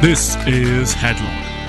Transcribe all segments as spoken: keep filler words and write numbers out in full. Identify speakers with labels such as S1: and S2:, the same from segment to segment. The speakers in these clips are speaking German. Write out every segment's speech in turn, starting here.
S1: This is Headlock.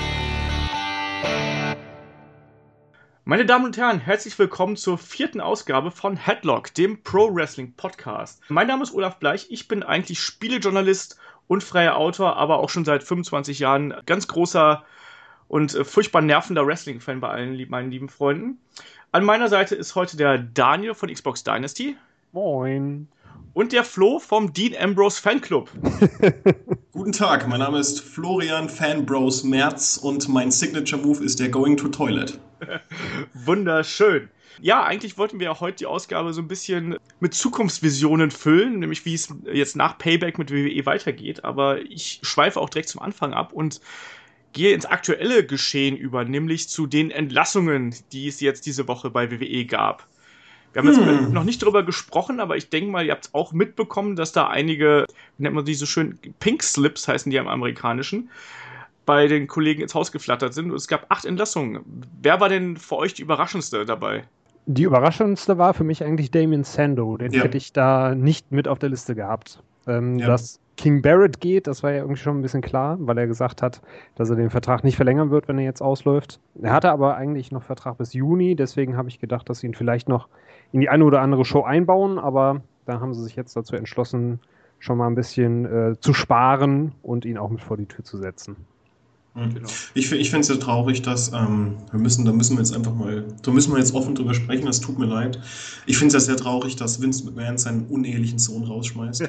S2: Meine Damen und Herren, herzlich willkommen zur vierten Ausgabe von Headlock, dem Pro-Wrestling-Podcast. Mein Name ist Olaf Bleich, ich bin eigentlich Spielejournalist und freier Autor, aber auch schon seit fünfundzwanzig Jahren ganz großer und äh, furchtbar nervender Wrestling-Fan bei allen lieb- meinen lieben Freunden. An meiner Seite ist heute der Daniel von Xbox Dynasty.
S3: Moin.
S2: Und der Flo vom Dean Ambrose Fanclub.
S4: Guten Tag, mein Name ist Florian Fanbros Merz und mein Signature-Move ist der Going to Toilet.
S2: Wunderschön. Ja, eigentlich wollten wir ja heute die Ausgabe so ein bisschen mit Zukunftsvisionen füllen, nämlich wie es jetzt nach Payback mit W W E weitergeht. Aber ich schweife auch direkt zum Anfang ab und gehe ins aktuelle Geschehen über, nämlich zu den Entlassungen, die es jetzt diese Woche bei W W E gab. Wir haben jetzt hm. noch nicht darüber gesprochen, aber ich denke mal, ihr habt auch mitbekommen, dass da einige, wie nennt man die so schön, Pink Slips heißen die im Amerikanischen, bei den Kollegen ins Haus geflattert sind. Und es gab acht Entlassungen. Wer war denn für euch die überraschendste dabei?
S3: Die überraschendste war für mich eigentlich Damien Sandow. Den
S4: ja.
S3: hätte ich da nicht mit auf der Liste gehabt. Ähm,
S4: ja.
S3: Dass King Barrett geht, das war ja irgendwie schon ein bisschen klar, weil er gesagt hat, dass er den Vertrag nicht verlängern wird, wenn er jetzt ausläuft. Er hatte aber eigentlich noch Vertrag bis Juni, deswegen habe ich gedacht, dass sie ihn vielleicht noch in die eine oder andere Show einbauen, aber da haben sie sich jetzt dazu entschlossen, schon mal ein bisschen äh, zu sparen und ihn auch mit vor die Tür zu setzen.
S4: Genau. Ich, ich finde es ja traurig, dass ähm, wir müssen, da müssen wir jetzt einfach mal, da müssen wir jetzt offen drüber sprechen, das tut mir leid. Ich finde es ja sehr traurig, dass Vince McMahon seinen unehelichen Sohn rausschmeißt.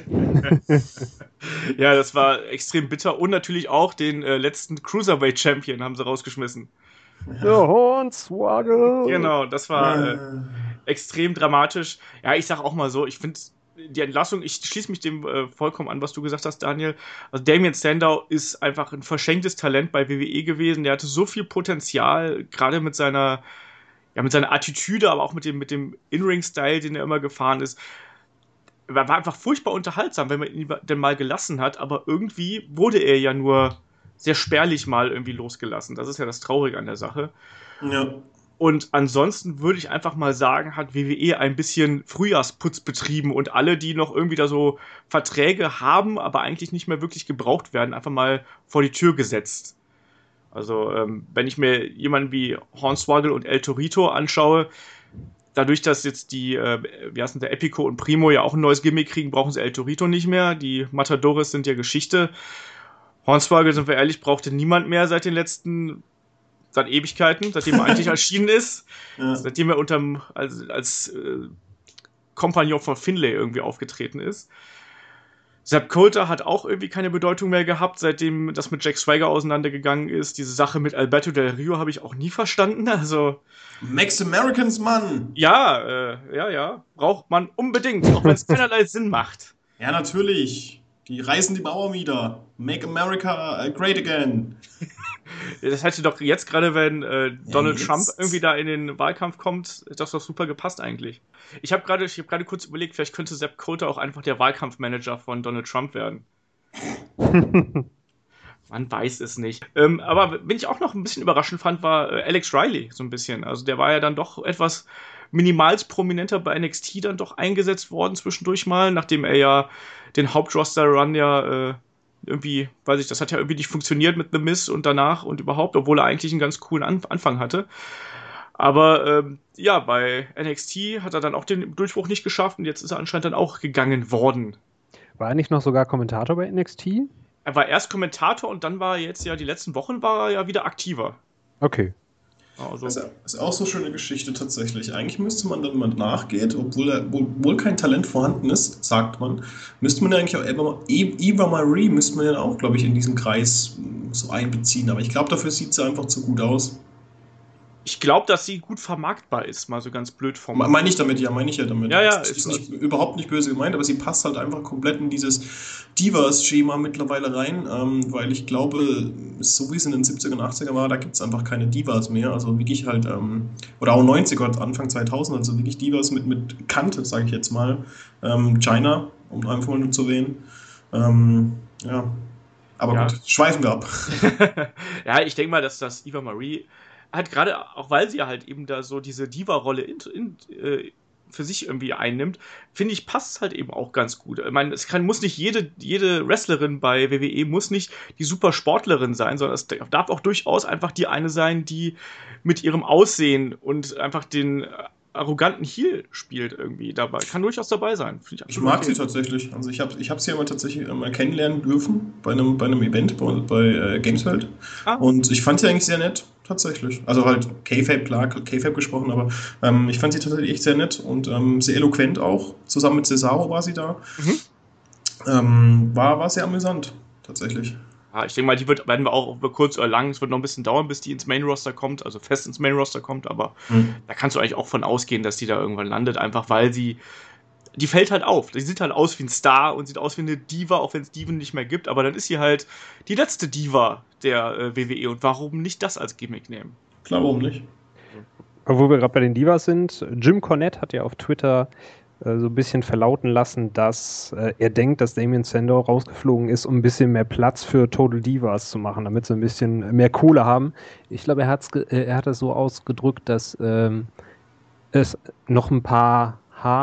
S2: Ja, das war extrem bitter und natürlich auch den äh, letzten Cruiserweight Champion haben sie rausgeschmissen.
S3: The Hornswoggle!
S2: Genau, das war äh, extrem dramatisch. Ja, ich sag auch mal so, ich finde die Entlassung, ich schließe mich dem äh, vollkommen an, was du gesagt hast, Daniel. Also Damien Sandow ist einfach ein verschenktes Talent bei W W E gewesen. Der hatte so viel Potenzial, gerade mit seiner, ja, mit seiner Attitüde, aber auch mit dem, mit dem In-Ring-Style, den er immer gefahren ist. Er war einfach furchtbar unterhaltsam, wenn man ihn denn mal gelassen hat, aber irgendwie wurde er ja nur sehr spärlich mal irgendwie losgelassen. Das ist ja das Traurige an der Sache.
S4: Ja.
S2: Und ansonsten würde ich einfach mal sagen, hat W W E ein bisschen Frühjahrsputz betrieben und alle, die noch irgendwie da so Verträge haben, aber eigentlich nicht mehr wirklich gebraucht werden, einfach mal vor die Tür gesetzt. Also, ähm, wenn ich mir jemanden wie Hornswoggle und El Torito anschaue, dadurch, dass jetzt die, äh, wie heißt denn der, Epico und Primo ja auch ein neues Gimmick kriegen, brauchen sie El Torito nicht mehr. Die Matadores sind ja Geschichte. Hornswoggle, sind wir ehrlich, brauchte niemand mehr seit den letzten seit Ewigkeiten, seitdem er eigentlich erschienen ist, ja. seitdem er unterm, als, als äh, Kompagnon von Finlay irgendwie aufgetreten ist. Sepp Coulter hat auch irgendwie keine Bedeutung mehr gehabt, seitdem das mit Jack Swagger auseinandergegangen ist. Diese Sache mit Alberto Del Rio habe ich auch nie verstanden. Also
S4: Max Americans, Mann!
S2: Ja, äh, ja, ja. Braucht man unbedingt, auch wenn es keinerlei Sinn macht.
S4: Ja, natürlich. Die reißen die Mauer wieder. Make America great again.
S2: Das hätte doch jetzt gerade, wenn äh, Donald ja, Trump irgendwie da in den Wahlkampf kommt, das doch super gepasst eigentlich. Ich habe gerade ich hab gerade kurz überlegt, vielleicht könnte Sepp Coulter auch einfach der Wahlkampfmanager von Donald Trump werden. Man weiß es nicht. Ähm, aber wen ich auch noch ein bisschen überraschend fand, war äh, Alex Riley so ein bisschen. Also der war ja dann doch etwas minimals prominenter bei N X T dann doch eingesetzt worden zwischendurch mal, nachdem er ja den Hauptroster-Run ja äh, irgendwie, weiß ich, das hat ja irgendwie nicht funktioniert mit The Miz und danach und überhaupt, obwohl er eigentlich einen ganz coolen Anf- Anfang hatte. Aber ähm, ja, bei N X T hat er dann auch den Durchbruch nicht geschafft und jetzt ist er anscheinend dann auch gegangen worden.
S3: War er nicht noch sogar Kommentator bei N X T?
S2: Er war erst Kommentator und dann war er jetzt ja, die letzten Wochen war er ja wieder aktiver.
S3: Okay.
S2: Also.
S4: Das ist auch so eine schöne Geschichte tatsächlich. Eigentlich müsste man, wenn man nachgeht, obwohl, er, obwohl kein Talent vorhanden ist, sagt man, müsste man ja eigentlich auch Eva, Eva Marie müsste man ja auch, glaube ich, in diesen Kreis so einbeziehen. Aber ich glaube, dafür sieht sie einfach zu gut aus.
S2: Ich glaube, dass sie gut vermarktbar ist, mal so ganz blöd formuliert.
S4: Meine ich damit, ja, meine ich ja damit.
S2: Ja, ja,
S4: das ist, ist nicht, überhaupt nicht böse gemeint, aber sie passt halt einfach komplett in dieses Divas-Schema mittlerweile rein, ähm, weil ich glaube, so wie es in den siebziger und achtziger war, da gibt es einfach keine Divas mehr, also wirklich halt, ähm, oder auch neunziger, Anfang zweitausend, also wirklich Divas mit, mit Kante, sage ich jetzt mal, ähm, China, um einfach mal nur zu erwähnen, ähm, ja, aber
S2: ja.
S4: gut, schweifen wir ab.
S2: Ja, ich denke mal, dass das Eva Marie hat gerade, auch weil sie halt eben da so diese Diva-Rolle in, in, äh, für sich irgendwie einnimmt, finde ich, passt es halt eben auch ganz gut. Ich meine, es kann, muss nicht jede, jede Wrestlerin bei W W E muss nicht die super Sportlerin sein, sondern es darf auch durchaus einfach die eine sein, die mit ihrem Aussehen und einfach den arroganten Heel spielt irgendwie dabei. Kann durchaus dabei sein.
S4: Ich, ich mag okay. sie tatsächlich. Also ich habe ich hab sie ja mal tatsächlich mal kennenlernen dürfen bei einem, bei einem Event bei, bei äh, Gameswelt. Ah. Und ich fand sie eigentlich sehr nett, tatsächlich. Also halt K-Fabe, klar, K-Fabe gesprochen, aber ähm, ich fand sie tatsächlich echt sehr nett und ähm, sehr eloquent auch. Zusammen mit Cesaro war sie da. Mhm. Ähm, war, war sehr amüsant, tatsächlich.
S2: Ja, ich denke mal, die wird, werden wir auch über kurz oder lang, es wird noch ein bisschen dauern, bis die ins Main-Roster kommt, also fest ins Main-Roster kommt, aber mhm. da kannst du eigentlich auch von ausgehen, dass die da irgendwann landet, einfach weil sie, die fällt halt auf. Die sieht halt aus wie ein Star und sieht aus wie eine Diva, auch wenn es Diven nicht mehr gibt, aber dann ist sie halt die letzte Diva der äh, W W E und warum nicht das als Gimmick nehmen?
S4: Klar, warum nicht?
S3: Wo wir gerade bei den Divas sind, Jim Cornette hat ja auf Twitter so ein bisschen verlauten lassen, dass äh, er denkt, dass Damien Sandow rausgeflogen ist, um ein bisschen mehr Platz für Total Divas zu machen, damit sie ein bisschen mehr Kohle haben. Ich glaube, er, hat's ge- er hat es so ausgedrückt, dass ähm, es noch ein paar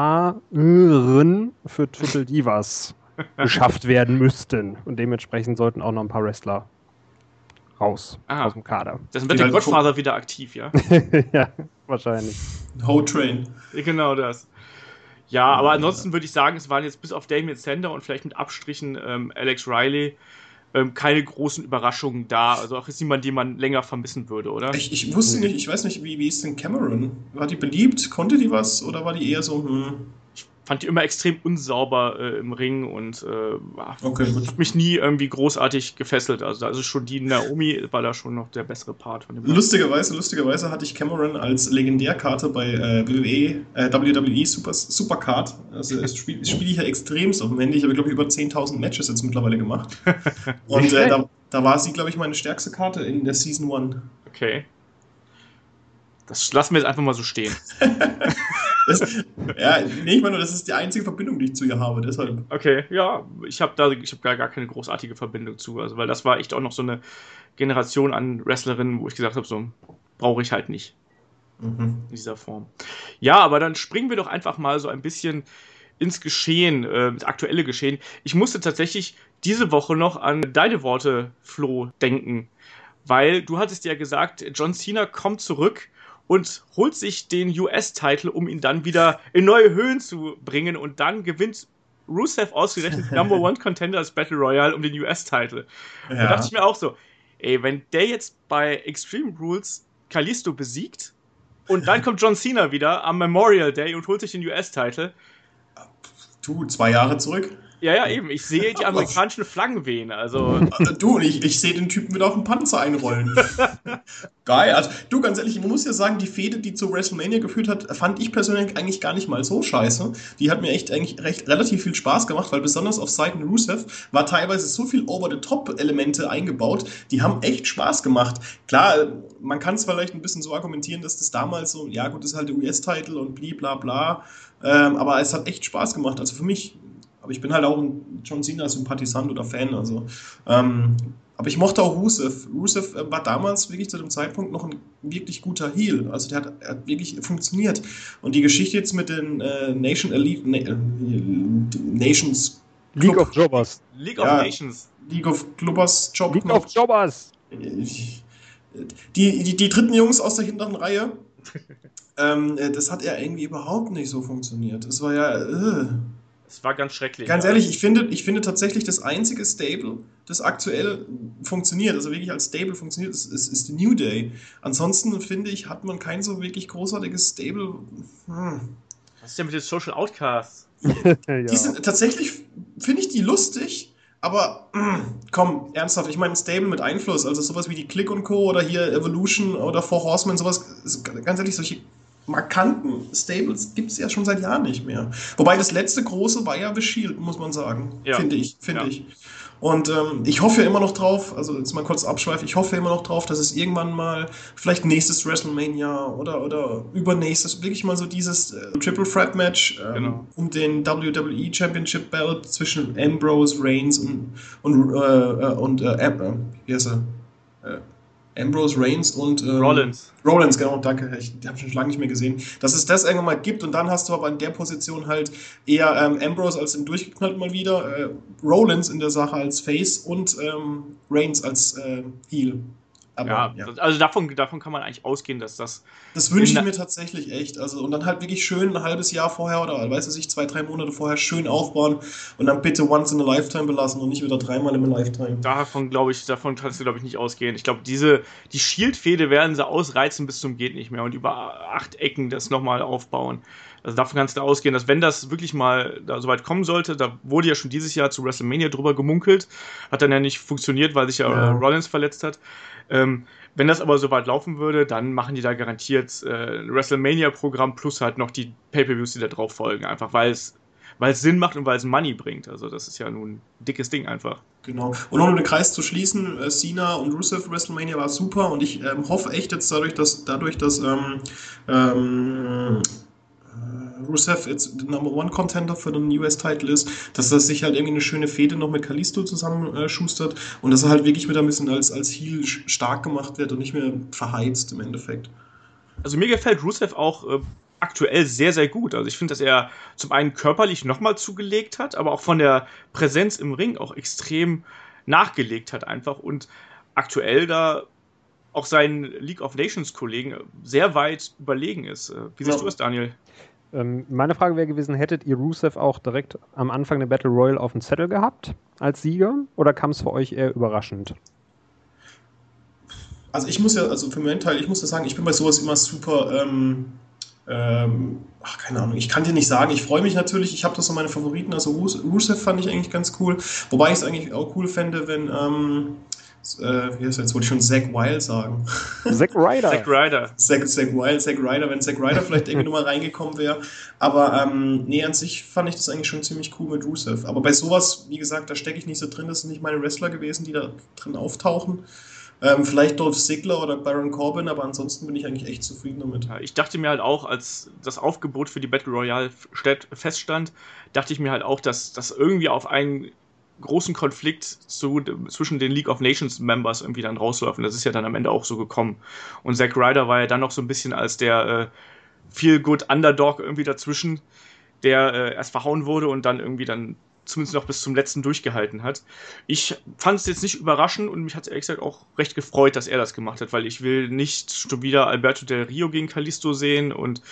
S3: Haaren für Total Divas geschafft werden müssten. Und dementsprechend sollten auch noch ein paar Wrestler raus
S2: Aha.
S3: aus dem Kader.
S2: Das wird der Godfather wieder aktiv, ja?
S3: Ja, wahrscheinlich.
S4: Whole Train.
S2: Genau das. Ja, aber ansonsten würde ich sagen, es waren jetzt bis auf Damien Sandow und vielleicht mit Abstrichen ähm, Alex Riley ähm, keine großen Überraschungen da. Also auch ist niemand, den man länger vermissen würde, oder?
S4: Ich, ich wusste nicht, ich weiß nicht, wie, wie ist denn Cameron? War die beliebt? Konnte die was? Oder war die eher so, hm...
S2: Ich fand die immer extrem unsauber äh, im Ring und äh,
S4: okay, gut.
S2: hat mich nie irgendwie großartig gefesselt. Also, also schon die Naomi war da schon noch der bessere Part von dem.
S4: Lustigerweise, lustigerweise hatte ich Cameron als Legendärkarte bei äh, W W E, äh, W W E Super, Supercard. Also das spiele spiel ich ja extremst auf dem Handy. Ich habe, glaube ich, über zehntausend Matches jetzt mittlerweile gemacht. Und äh, da, da war sie, glaube ich, meine stärkste Karte in der Season One.
S2: Okay. Das lassen wir jetzt einfach mal so stehen.
S4: Das, ja, nee, ich meine, das ist die einzige Verbindung, die ich zu ihr habe, deshalb.
S2: Okay, ja, ich habe da ich hab gar, gar keine großartige Verbindung zu, also weil das war echt auch noch so eine Generation an Wrestlerinnen, wo ich gesagt habe, so brauche ich halt nicht mhm. in dieser Form. Ja, aber dann springen wir doch einfach mal so ein bisschen ins Geschehen, äh, ins aktuelle Geschehen. Ich musste tatsächlich diese Woche noch an deine Worte, Flo, denken, weil du hattest ja gesagt, John Cena kommt zurück und holt sich den U S-Titel, um ihn dann wieder in neue Höhen zu bringen. Und dann gewinnt Rusev ausgerechnet Number One Contenders Battle Royale um den U S-Titel. Ja. Und da dachte ich mir auch so, ey, wenn der jetzt bei Extreme Rules Kalisto besiegt und dann kommt John Cena wieder am Memorial Day und holt sich den U S-Titel.
S4: Du, zwei Jahre zurück.
S2: Ja, ja, eben. Ich sehe die amerikanischen Flaggen wehen. Also.
S4: Du, ich, ich sehe den Typen wieder auf den Panzer einrollen. Geil. Also, du, ganz ehrlich, man muss ja sagen, die Fehde, die zu WrestleMania geführt hat, fand ich persönlich eigentlich gar nicht mal so scheiße. Die hat mir echt eigentlich recht, relativ viel Spaß gemacht, weil besonders auf Seiten Rusev war teilweise so viel Over-the-Top-Elemente eingebaut, die haben echt Spaß gemacht. Klar, man kann es vielleicht ein bisschen so argumentieren, dass das damals so, ja gut, das ist halt der U S-Titel und bli bla bla, ähm, aber es hat echt Spaß gemacht. Also für mich. Aber ich bin halt auch ein John Cena-Sympathisant oder Fan. Also, ähm, aber ich mochte auch Rusev. Rusev äh, war damals wirklich zu dem Zeitpunkt noch ein wirklich guter Heel. Also der hat, hat wirklich funktioniert. Und die Geschichte jetzt mit den äh, Nation Elite, Na, äh, Nations
S3: League of Jobbers.
S2: League of
S4: ja,
S2: Nations.
S4: League of Jobbers. Job
S3: League of Jobbers.
S4: Die, die, die dritten Jungs aus der hinteren Reihe, ähm, das hat ja irgendwie überhaupt nicht so funktioniert. Es war ja... Äh,
S2: Es war ganz schrecklich.
S4: Ganz ja. ehrlich, ich finde, ich finde tatsächlich das einzige Stable, das aktuell funktioniert, also wirklich als Stable funktioniert, ist, ist, ist New Day. Ansonsten, finde ich, hat man kein so wirklich großartiges Stable. Hm.
S2: Was ist denn mit den Social Outcasts?
S4: ja. Die sind tatsächlich, finde ich die lustig, aber mh, komm, ernsthaft, ich meine Stable mit Einfluss, also sowas wie die Click und Co. oder hier Evolution oder Four Horsemen, sowas, ganz ehrlich, solche markanten Stables gibt es ja schon seit Jahren nicht mehr. Wobei das letzte große war ja The Shield, muss man sagen. Ja. Finde ich, finde ja. ich. Und ähm, ich hoffe ja immer noch drauf, also jetzt mal kurz abschweifen, ich hoffe ja immer noch drauf, dass es irgendwann mal, vielleicht nächstes WrestleMania oder, oder übernächstes, wirklich mal so dieses äh, Triple Threat Match ähm, genau. um den W W E Championship Belt zwischen Ambrose, Reigns und, und, äh, und äh, äh, wie heißt er? Äh, Ambrose, Reigns und ähm,
S2: Rollins.
S4: Rollins, genau, danke. Ich habe schon lange nicht mehr gesehen. Dass es das irgendwann mal gibt und dann hast du aber in der Position halt eher ähm, Ambrose als im Durchgeknallt mal wieder, äh, Rollins in der Sache als Face und ähm, Reigns als äh, Heel. Aber,
S2: ja,
S4: ja.
S2: also davon, davon kann man eigentlich ausgehen, dass das.
S4: Das wünsche ich mir tatsächlich echt. Also, und dann halt wirklich schön ein halbes Jahr vorher oder weiß ich nicht, zwei, drei Monate vorher schön aufbauen und dann bitte once in a lifetime belassen und nicht wieder dreimal im Lifetime.
S2: Davon glaube ich, davon kannst du, glaube ich, nicht ausgehen. Ich glaube, diese, die Shield-Fehde werden sie ausreizen bis zum geht nicht mehr und über acht Ecken das nochmal aufbauen. Also davon kannst du ausgehen, dass wenn das wirklich mal da so weit kommen sollte, da wurde ja schon dieses Jahr zu WrestleMania drüber gemunkelt, hat dann ja nicht funktioniert, weil sich ja, ja. Rollins verletzt hat. Ähm, wenn das aber so weit laufen würde, dann machen die da garantiert äh, ein WrestleMania-Programm plus halt noch die Pay-Per-Views, die da drauf folgen. Einfach weil es weil es Sinn macht und weil es Money bringt. Also das ist ja nun ein dickes Ding einfach.
S4: Genau. Und um den Kreis zu schließen, äh, Cena und Rusev WrestleMania war super und ich ähm, hoffe echt jetzt dadurch, dass dadurch, dass ähm, ähm, Rusev jetzt der Number One Contender für den U S-Title ist, dass er sich halt irgendwie eine schöne Fehde noch mit Kalisto zusammenschustert äh, und dass er halt wirklich wieder ein bisschen als, als Heel stark gemacht wird und nicht mehr verheizt im Endeffekt.
S2: Also mir gefällt Rusev auch äh, aktuell sehr, sehr gut. Also ich finde, dass er zum einen körperlich nochmal zugelegt hat, aber auch von der Präsenz im Ring auch extrem nachgelegt hat einfach und aktuell da auch seinen League of Nations Kollegen sehr weit überlegen ist. Wie siehst ja. du es, Daniel?
S3: Ähm, meine Frage wäre gewesen, hättet ihr Rusev auch direkt am Anfang der Battle Royale auf dem Zettel gehabt als Sieger oder kam es für euch eher überraschend?
S4: Also ich muss ja, also für meinen Teil, ich muss ja sagen, ich bin bei sowas immer super, ähm, ähm, ach, keine Ahnung, ich kann dir nicht sagen, ich freue mich natürlich, ich habe da so meine Favoriten, also Rusev fand ich eigentlich ganz cool, wobei ich es eigentlich auch cool fände, wenn, ähm, äh, wie heißt das, jetzt wollte ich schon Zack Wilde sagen.
S3: Zack Ryder.
S2: Zack Ryder.
S4: Zack, Zack Wilde, Zack Ryder, wenn Zack Ryder vielleicht irgendwie nochmal reingekommen wäre. Aber ähm, nee, an sich fand ich das eigentlich schon ziemlich cool mit Rusev. Aber bei sowas, wie gesagt, da stecke ich nicht so drin, das sind nicht meine Wrestler gewesen, die da drin auftauchen. Ähm, vielleicht Dolph Ziggler oder Baron Corbin, aber ansonsten bin ich eigentlich echt zufrieden damit.
S2: Ja, ich dachte mir halt auch, als das Aufgebot für die Battle Royale feststand, dachte ich mir halt auch, dass das irgendwie auf einen großen Konflikt zu, zwischen den League of Nations Members irgendwie dann rausläuft. Und das ist ja dann am Ende auch so gekommen. Und Zack Ryder war ja dann noch so ein bisschen als der äh, Feel-Good Underdog irgendwie dazwischen, der äh, erst verhauen wurde und dann irgendwie dann zumindest noch bis zum letzten durchgehalten hat. Ich fand es jetzt nicht überraschend und mich hat es ehrlich gesagt auch recht gefreut, dass er das gemacht hat, weil ich will nicht schon wieder Alberto Del Rio gegen Kalisto sehen und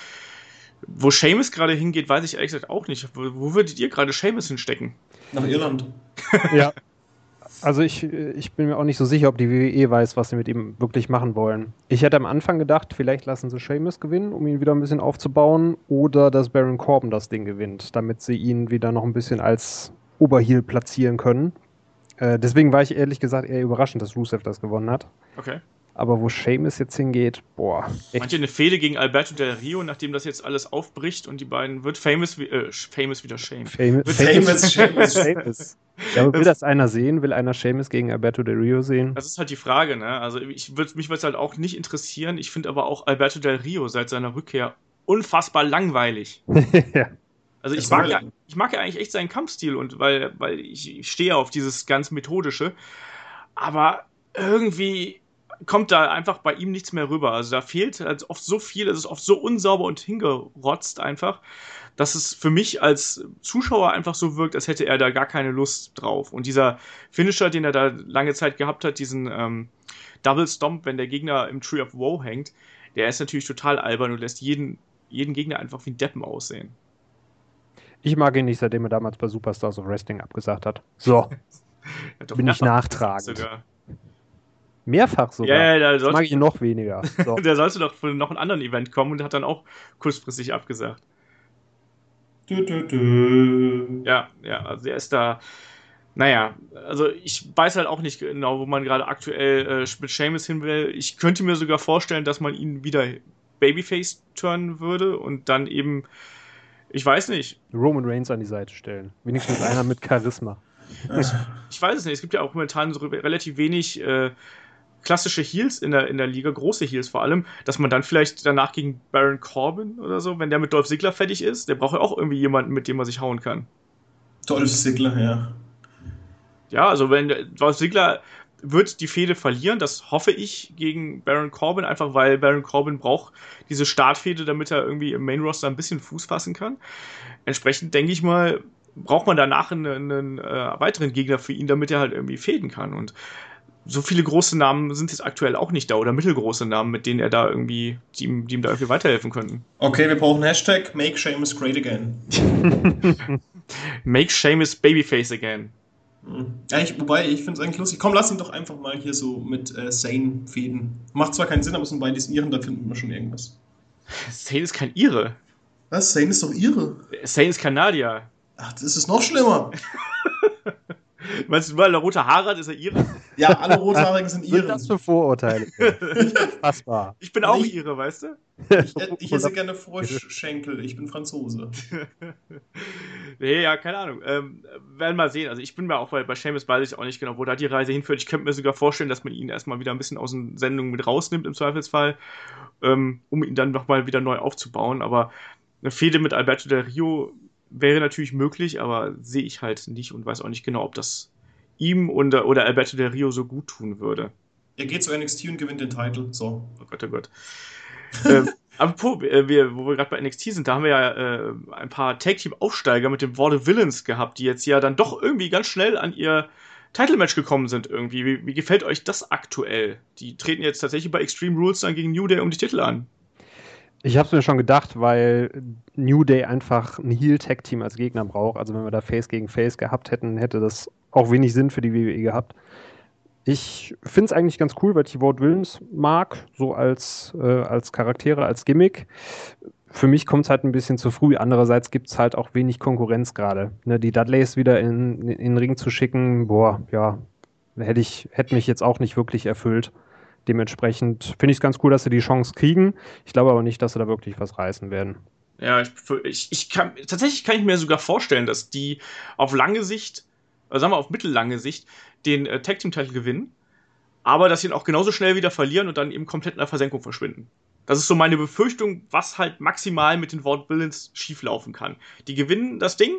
S2: wo Sheamus gerade hingeht, weiß ich ehrlich gesagt auch nicht. Wo, wo würdet ihr gerade Sheamus hinstecken?
S4: Nach Irland.
S3: Ja. Also ich, ich bin mir auch nicht so sicher, ob die W W E weiß, was sie mit ihm wirklich machen wollen. Ich hätte am Anfang gedacht, vielleicht lassen sie Sheamus gewinnen, um ihn wieder ein bisschen aufzubauen, oder dass Baron Corbin das Ding gewinnt, damit sie ihn wieder noch ein bisschen als Oberheel platzieren können. Äh, deswegen war ich ehrlich gesagt eher überraschend, dass Rusev das gewonnen hat.
S2: Okay.
S3: Aber wo Sheamus jetzt hingeht, boah.
S2: Echt. Manche eine Fehde gegen Alberto Del Rio, nachdem das jetzt alles aufbricht und die beiden wird Famous, äh, famous wieder Shame.
S3: Famous,
S4: wird famous, famous,
S3: famous. Ja, aber will das einer sehen? Will einer Sheamus gegen Alberto Del Rio sehen?
S2: Das ist halt die Frage, ne? Also ich würd, mich würde es halt auch nicht interessieren. Ich finde aber auch Alberto Del Rio seit seiner Rückkehr unfassbar langweilig.
S3: Ja.
S2: Also ich mag, ja, ich mag ja eigentlich echt seinen Kampfstil und weil, weil ich, ich stehe auf dieses ganz Methodische. Aber irgendwie kommt da einfach bei ihm nichts mehr rüber. Also da fehlt halt oft so viel, es ist oft so unsauber und hingerotzt einfach, dass es für mich als Zuschauer einfach so wirkt, als hätte er da gar keine Lust drauf. Und dieser Finisher, den er da lange Zeit gehabt hat, diesen ähm, Double Stomp, wenn der Gegner im Tree of Woe hängt, der ist natürlich total albern und lässt jeden, jeden Gegner einfach wie ein Deppen aussehen.
S3: Ich mag ihn nicht, seitdem er damals bei Superstars of Wrestling abgesagt hat. So, bin ich nachtragend. Sogar. Mehrfach sogar.
S2: Ja, ja,
S3: das mag ich noch weniger. So.
S2: Der sollte doch für noch ein anderen Event kommen und hat dann auch kurzfristig abgesagt.
S4: Du, du, du.
S2: Ja, ja, also er ist da, naja, also ich weiß halt auch nicht genau, wo man gerade aktuell äh, mit Sheamus hin will. Ich könnte mir sogar vorstellen, dass man ihn wieder Babyface turnen würde und dann eben, ich weiß nicht.
S3: Roman Reigns an die Seite stellen. Wenigstens einer mit Charisma.
S2: Ich weiß es nicht, es gibt ja auch momentan so relativ wenig äh, klassische Heels in der, in der Liga, große Heels vor allem, dass man dann vielleicht danach gegen Baron Corbin oder so, wenn der mit Dolph Ziggler fertig ist, der braucht ja auch irgendwie jemanden, mit dem man sich hauen kann.
S4: Dolph Ziggler, ja.
S2: Ja, also wenn Dolph Ziggler wird die Fehde verlieren, das hoffe ich, gegen Baron Corbin, einfach weil Baron Corbin braucht diese Startfehde, damit er irgendwie im Main-Roster ein bisschen Fuß fassen kann. Entsprechend denke ich mal, braucht man danach einen, einen äh, weiteren Gegner für ihn, damit er halt irgendwie fäden kann. Und so viele große Namen sind jetzt aktuell auch nicht da oder mittelgroße Namen, mit denen er da irgendwie, die ihm, die ihm da irgendwie weiterhelfen könnten.
S4: Okay, wir brauchen Hashtag Make Sheamus Great Again.
S2: Make Sheamus Babyface Again.
S4: Ja, ich, wobei, ich finde es eigentlich lustig. Komm, lass ihn doch einfach mal hier so mit äh, Zayn fäden. Macht zwar keinen Sinn, aber es sind beides Iren, da finden wir schon irgendwas.
S2: Zayn ist kein Ire.
S4: Was? Zayn ist doch Ire.
S2: Zayn ist Kanadier.
S4: Ach, das ist noch schlimmer.
S2: Meinst du, weil er rote Haare hat, ist er Ire?
S4: Ja, alle Rothaarigen sind
S3: Was
S4: Iren.
S3: sind das für Vorurteile? Unfassbar.
S2: Ich bin auch
S4: Ich-
S2: Ire, weißt du?
S4: Ich, ich esse gerne Froschschenkel, ich bin Franzose.
S2: Nee, ja, keine Ahnung. Ähm, werden mal sehen. Also ich bin mir auch bei, bei Sheamus weiß ich auch nicht genau, wo da die Reise hinführt. Ich könnte mir sogar vorstellen, dass man ihn erstmal wieder ein bisschen aus den Sendungen mit rausnimmt im Zweifelsfall, ähm, um ihn dann nochmal wieder neu aufzubauen. Aber eine Fehde mit Alberto Del Rio wäre natürlich möglich, aber sehe ich halt nicht und weiß auch nicht genau, ob das ihm und, oder Alberto Del Rio so gut tun würde.
S4: Er geht zu N X T und gewinnt den Titel. So.
S2: Oh Gott, oh Gott. ähm, apropos, äh, wir, wo wir gerade bei N X T sind, da haben wir ja äh, ein paar Tag-Team-Aufsteiger mit dem Worde Villains gehabt, die jetzt ja dann doch irgendwie ganz schnell an ihr Title-Match gekommen sind irgendwie. Wie, wie gefällt euch das aktuell? Die treten jetzt tatsächlich bei Extreme Rules dann gegen New Day um die Titel an.
S3: Ich habe es mir schon gedacht, weil New Day einfach ein Heel-Tag-Team als Gegner braucht. Also wenn wir da Face gegen Face gehabt hätten, hätte das auch wenig Sinn für die W W E gehabt. Ich finde es eigentlich ganz cool, weil ich die Ward Villains mag, so als, äh, als Charaktere, als Gimmick. Für mich kommt es halt ein bisschen zu früh. Andererseits gibt es halt auch wenig Konkurrenz gerade. Ne, die Dudleys wieder in, in den Ring zu schicken, boah, ja, hätte ich, hätte mich jetzt auch nicht wirklich erfüllt. Dementsprechend finde ich es ganz cool, dass sie die Chance kriegen. Ich glaube aber nicht, dass sie da wirklich was reißen werden.
S2: Ja, ich, ich, ich kann, tatsächlich kann ich mir sogar vorstellen, dass die auf lange Sicht, also sagen wir auf mittellange Sicht, den äh, Tag-Team-Titel gewinnen, aber dass sie ihn auch genauso schnell wieder verlieren und dann eben komplett in der Versenkung verschwinden. Das ist so meine Befürchtung, was halt maximal mit den Ward Villains schieflaufen kann. Die gewinnen das Ding,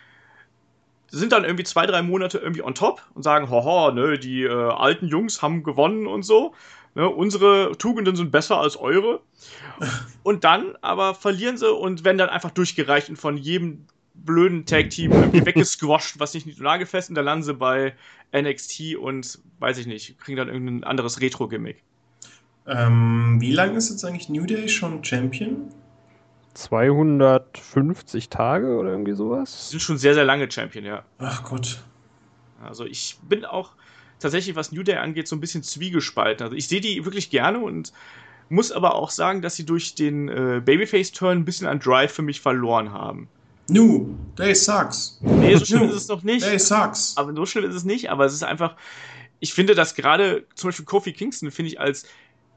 S2: sind dann irgendwie zwei, drei Monate irgendwie on top und sagen, haha, ne, die äh, alten Jungs haben gewonnen und so. Ne, unsere Tugenden sind besser als eure. Und dann aber verlieren sie und werden dann einfach durchgereicht und von jedem blöden Tag-Team irgendwie weggesquasht, was nicht nagelfest, und da landen sie bei N X T und, weiß ich nicht, kriegen dann irgendein anderes Retro-Gimmick.
S4: Ähm, wie lange ist jetzt eigentlich New Day schon Champion?
S3: zweihundertfünfzig Tage oder irgendwie
S2: Sie
S3: sowas?
S2: sind schon sehr, sehr lange Champion, ja.
S4: Ach Gott.
S2: Also ich bin auch tatsächlich, was New Day angeht, so ein bisschen zwiegespalten. Also ich sehe die wirklich gerne und muss aber auch sagen, dass sie durch den äh, Babyface-Turn ein bisschen an Drive für mich verloren haben.
S4: New Day sucks.
S2: Nee, so schlimm
S4: New
S2: ist es noch nicht.
S4: Day sucks.
S2: Aber so schlimm ist es nicht, aber es ist einfach, ich finde, dass gerade zum Beispiel Kofi Kingston, finde ich, als,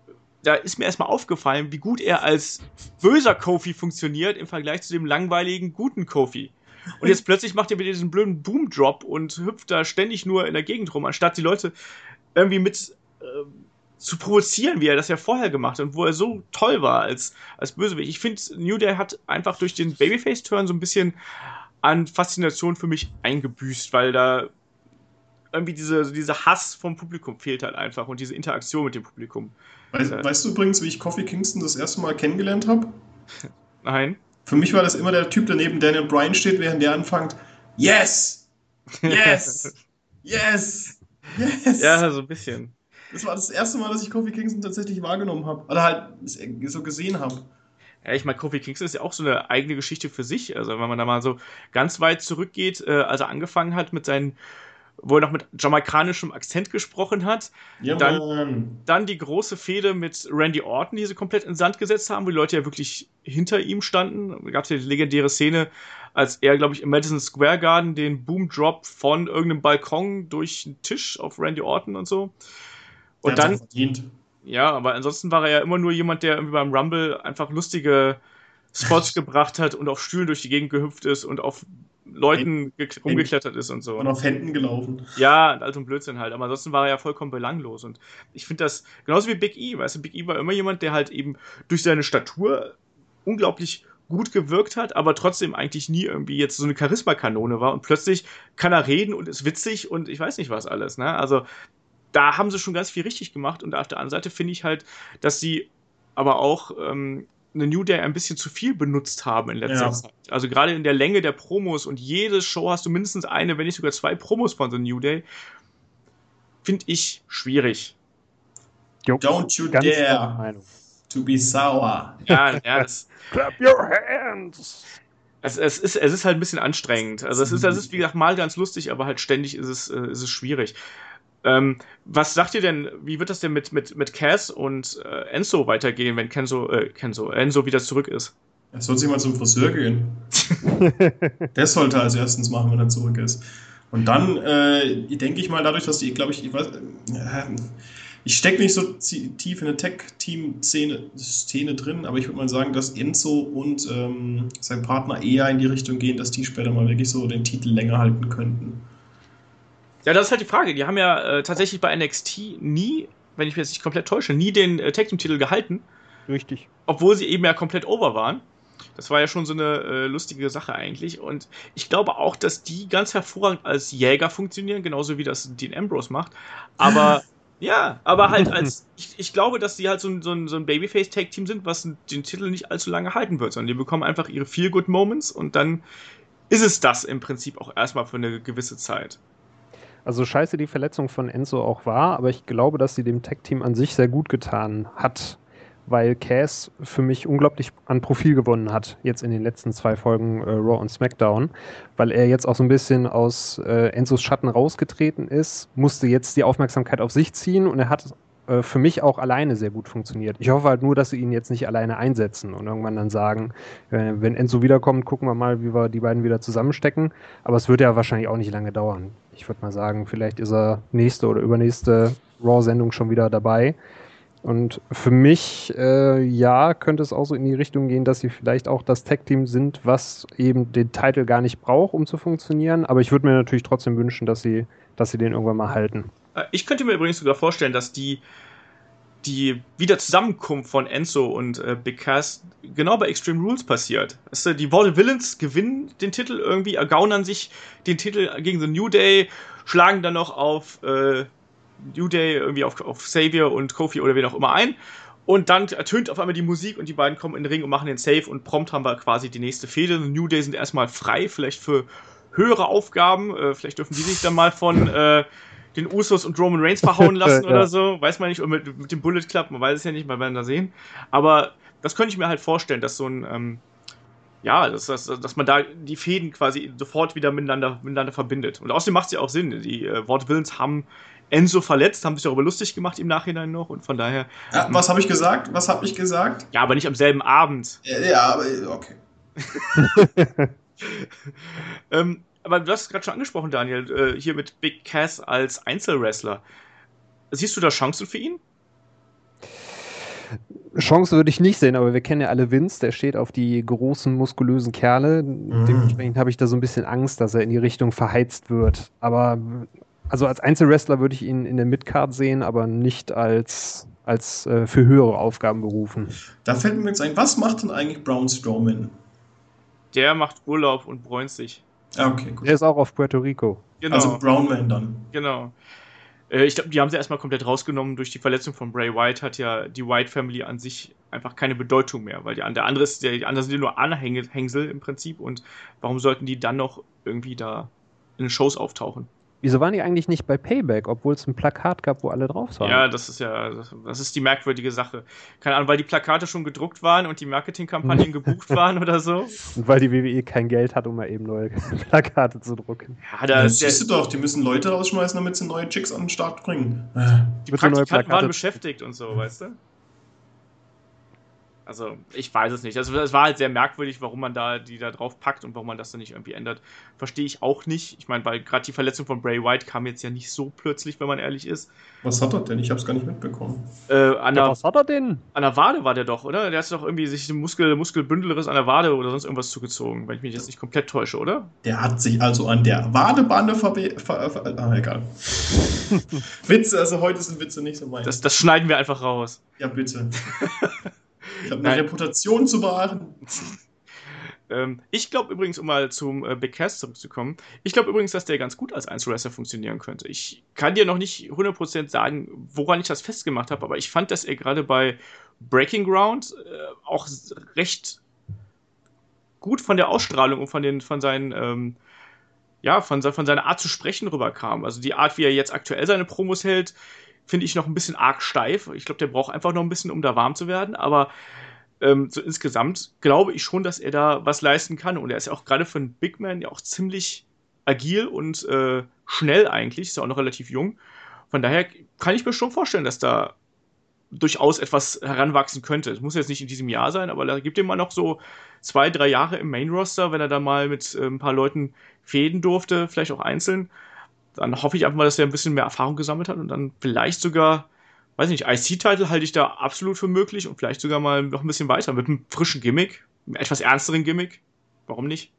S2: da ist mir erstmal aufgefallen, wie gut er als böser Kofi funktioniert im Vergleich zu dem langweiligen, guten Kofi. Und jetzt plötzlich macht er wieder diesen blöden Boom-Drop und hüpft da ständig nur in der Gegend rum, anstatt die Leute irgendwie mit äh, zu provozieren, wie er das ja vorher gemacht hat und wo er so toll war als, als Bösewicht. Ich finde, New Day hat einfach durch den Babyface-Turn so ein bisschen an Faszination für mich eingebüßt, weil da irgendwie diese, dieser Hass vom Publikum fehlt halt einfach und diese Interaktion mit dem Publikum.
S4: Weißt,
S2: Äh.
S4: weißt du übrigens, wie ich Kofi Kingston das erste Mal kennengelernt habe?
S2: Nein.
S4: Für mich war das immer der Typ, der neben Daniel Bryan steht, während der anfängt, yes! Yes! Yes! Yes!
S2: Ja, so ein bisschen.
S4: Das war das erste Mal, dass ich Kofi Kingston tatsächlich wahrgenommen habe. Oder halt so gesehen habe.
S2: Ja, ich meine, Kofi Kingston ist ja auch so eine eigene Geschichte für sich. Also, wenn man da mal so ganz weit zurückgeht, äh, als er angefangen hat mit seinen, wo er noch mit jamaikanischem Akzent gesprochen hat.
S4: Ja,
S2: dann,
S4: Mann.
S2: dann die große Fehde mit Randy Orton, die sie komplett in den Sand gesetzt haben, wo die Leute ja wirklich hinter ihm standen. Da gab es ja die legendäre Szene, als er, glaube ich, im Madison Square Garden den Boom Drop von irgendeinem Balkon durch einen Tisch auf Randy Orton und so. Und
S4: Der
S2: dann,
S4: hat's auch verdient.
S2: ja, aber ansonsten war er ja immer nur jemand, der irgendwie beim Rumble einfach lustige Spots gebracht hat und auf Stühlen durch die Gegend gehüpft ist und auf Leuten ge- rumgeklettert ist und so.
S4: Und auf Händen gelaufen.
S2: Ja, alt und Blödsinn halt. Aber ansonsten war er ja vollkommen belanglos. Und ich finde das, genauso wie Big E, weißt du, Big E war immer jemand, der halt eben durch seine Statur unglaublich gut gewirkt hat, aber trotzdem eigentlich nie irgendwie jetzt so eine Charisma-Kanone war. Und plötzlich kann er reden und ist witzig und ich weiß nicht was alles, ne? Also, da haben sie schon ganz viel richtig gemacht und auf der anderen Seite finde ich halt, dass sie aber auch ähm, eine New Day ein bisschen zu viel benutzt haben in letzter
S4: Ja.
S2: Zeit. Also gerade in der Länge der Promos und jede Show hast du mindestens eine, wenn nicht sogar zwei Promos von so New Day. Finde ich schwierig.
S3: Jo,
S4: Don't you
S3: ganz
S4: dare
S3: klare Meinung.
S4: to be sour.
S2: Ja, ja, das,
S3: Clap your hands!
S2: es, es, ist, es ist halt ein bisschen anstrengend. Also es ist, es ist, wie gesagt, mal ganz lustig, aber halt ständig ist es, äh, ist es schwierig. Ähm, was sagt ihr denn, wie wird das denn mit, mit, mit Cass und äh, Enzo weitergehen, wenn Kenzo, äh, Kenzo, Enzo wieder zurück ist?
S4: Er soll sich mal zum Friseur gehen. Das sollte er als erstes machen, wenn er zurück ist. Und dann äh, denke ich mal, dadurch, dass die, glaube ich, ich weiß, äh, ich stecke nicht so tief in der Tech-Team-Szene Szene drin, aber ich würde mal sagen, dass Enzo und ähm, sein Partner eher in die Richtung gehen, dass die später mal wirklich so den Titel länger halten könnten.
S2: Ja, das ist halt die Frage. Die haben ja äh, tatsächlich bei N X T nie, wenn ich mich jetzt nicht komplett täusche, nie den äh, Tag-Team-Titel gehalten.
S3: Richtig.
S2: Obwohl sie eben ja komplett over waren. Das war ja schon so eine äh, lustige Sache eigentlich. Und ich glaube auch, dass die ganz hervorragend als Jäger funktionieren, genauso wie das Dean Ambrose macht. Aber ja, aber halt als, ich, ich glaube, dass die halt so ein, so ein, so ein Babyface-Tag-Team sind, was den Titel nicht allzu lange halten wird, sondern die bekommen einfach ihre Feel-Good-Moments und dann ist es das im Prinzip auch erstmal für eine gewisse Zeit.
S3: Also scheiße die Verletzung von Enzo auch war, aber ich glaube, dass sie dem Tag-Team an sich sehr gut getan hat, weil Cass für mich unglaublich an Profil gewonnen hat, jetzt in den letzten zwei Folgen äh, Raw und SmackDown, weil er jetzt auch so ein bisschen aus äh, Enzos Schatten rausgetreten ist, musste jetzt die Aufmerksamkeit auf sich ziehen und er hat äh, für mich auch alleine sehr gut funktioniert. Ich hoffe halt nur, dass sie ihn jetzt nicht alleine einsetzen und irgendwann dann sagen, äh, wenn Enzo wiederkommt, gucken wir mal, wie wir die beiden wieder zusammenstecken, aber es wird ja wahrscheinlich auch nicht lange dauern. Ich würde mal sagen, vielleicht ist er nächste oder übernächste Raw-Sendung schon wieder dabei. Und für mich, äh, ja, könnte es auch so in die Richtung gehen, dass sie vielleicht auch das Tag-Team sind, was eben den Titel gar nicht braucht, um zu funktionieren. Aber ich würde mir natürlich trotzdem wünschen, dass sie, dass sie den irgendwann mal halten.
S2: Ich könnte mir übrigens sogar vorstellen, dass die die Wiederzusammenkunft von Enzo und äh, Big Cass genau bei Extreme Rules passiert. Weißt du, die Vaudevillains gewinnen den Titel irgendwie, ergaunern sich den Titel gegen The New Day, schlagen dann noch auf äh, New Day, irgendwie auf, auf Xavier und Kofi oder wen auch immer ein. Und dann ertönt auf einmal die Musik und die beiden kommen in den Ring und machen den Save und prompt haben wir quasi die nächste Fehde. The New Day sind erstmal frei, vielleicht für höhere Aufgaben. Äh, vielleicht dürfen die sich dann mal von äh, den Usos und Roman Reigns verhauen lassen ja. oder so. Weiß man nicht. Und mit, mit dem Bullet Club, man weiß es ja nicht, wir werden da sehen. Aber das könnte ich mir halt vorstellen, dass so ein, ähm, ja, dass, dass, dass man da die Fäden quasi sofort wieder miteinander, miteinander verbindet. Und außerdem macht es ja auch Sinn. Die äh, Vaudevillains haben Enzo verletzt, haben sich darüber lustig gemacht im Nachhinein noch und von daher.
S4: Ja, was habe ich gesagt? Was habe ich gesagt?
S2: Ja, aber nicht am selben Abend.
S4: Ja, ja aber okay.
S2: ähm, aber du hast es gerade schon angesprochen, Daniel, äh, hier mit Big Cass als Einzelwrestler. Siehst du da Chancen für ihn?
S3: Chancen würde ich nicht sehen, aber wir kennen ja alle Vince, der steht auf die großen, muskulösen Kerle. Mhm. Dementsprechend habe ich da so ein bisschen Angst, dass er in die Richtung verheizt wird. Aber also als Einzelwrestler würde ich ihn in der Midcard sehen, aber nicht als, als äh, für höhere Aufgaben berufen.
S4: Da fällt mir jetzt ein, was macht denn eigentlich Braun Strowman?
S2: Der macht Urlaub und bräunt sich.
S4: Ah, okay, gut.
S3: Der ist auch auf Puerto Rico.
S2: Genau.
S4: Also Brownman dann.
S2: Genau. Äh, ich glaube, die haben sie erstmal komplett rausgenommen. Durch die Verletzung von Bray Wyatt hat ja die Wyatt Family an sich einfach keine Bedeutung mehr, weil die, der andere ist, die anderen sind ja nur Anhängsel im Prinzip und warum sollten die dann noch irgendwie da in den Shows auftauchen?
S3: Wieso waren die eigentlich nicht bei Payback, obwohl es ein Plakat gab, wo alle drauf waren?
S2: Ja, das ist ja, das ist die merkwürdige Sache. Keine Ahnung, weil die Plakate schon gedruckt waren und die Marketingkampagnen gebucht waren oder so.
S3: Und weil die W W E kein Geld hat, um mal eben neue Plakate zu drucken.
S2: Ja, da
S4: das siehst du doch, die müssen Leute rausschmeißen, damit sie neue Chicks an den Start bringen.
S2: Die Praktikanten waren beschäftigt und so, weißt du? Also, ich weiß es nicht. Also, es war halt sehr merkwürdig, warum man da die da drauf packt und warum man das dann nicht irgendwie ändert. Verstehe ich auch nicht. Ich meine, weil gerade die Verletzung von Bray Wyatt kam jetzt ja nicht so plötzlich, wenn man ehrlich ist.
S4: Was hat er denn? Ich habe es gar nicht mitbekommen.
S2: Äh, an
S3: ja,
S2: der,
S3: was hat er denn?
S2: An der Wade war der doch, oder? Der hat doch irgendwie sich einen Muskel, Muskelbündelriss an der Wade oder sonst irgendwas zugezogen, wenn ich mich jetzt nicht komplett täusche, oder?
S4: Der hat sich also an der Wadebande verbe... Ver, ver, ah, egal. Witze, also heute sind Witze nicht so mein.
S2: Das, das schneiden wir einfach raus.
S4: Ja, bitte. Ich habe eine Reputation zu wahren.
S2: Ähm, ich glaube übrigens, um mal zum äh, Big Cass zurückzukommen, ich glaube übrigens, dass der ganz gut als Einzelwrestler funktionieren könnte. Ich kann dir noch nicht hundert Prozent sagen, woran ich das festgemacht habe, aber ich fand, dass er gerade bei Breaking Ground äh, auch recht gut von der Ausstrahlung und von, den, von seinen ähm, ja, von, von seiner Art zu sprechen rüberkam. Also die Art, wie er jetzt aktuell seine Promos hält, finde ich noch ein bisschen arg steif. Ich glaube, der braucht einfach noch ein bisschen, um da warm zu werden. Aber ähm, so insgesamt glaube ich schon, dass er da was leisten kann. Und er ist ja auch gerade für einen Big Man ja auch ziemlich agil und äh, schnell eigentlich. Ist ja auch noch relativ jung. Von daher kann ich mir schon vorstellen, dass da durchaus etwas heranwachsen könnte. Es muss jetzt nicht in diesem Jahr sein, aber da gibt ihm mal noch so zwei, drei Jahre im Main-Roster, wenn er da mal mit äh, ein paar Leuten fäden durfte, vielleicht auch einzeln. Dann hoffe ich einfach mal, dass er ein bisschen mehr Erfahrung gesammelt hat und dann vielleicht sogar, weiß nicht, I C-Title halte ich da absolut für möglich und vielleicht sogar mal noch ein bisschen weiter mit einem frischen Gimmick, einem etwas ernsteren Gimmick. Warum nicht?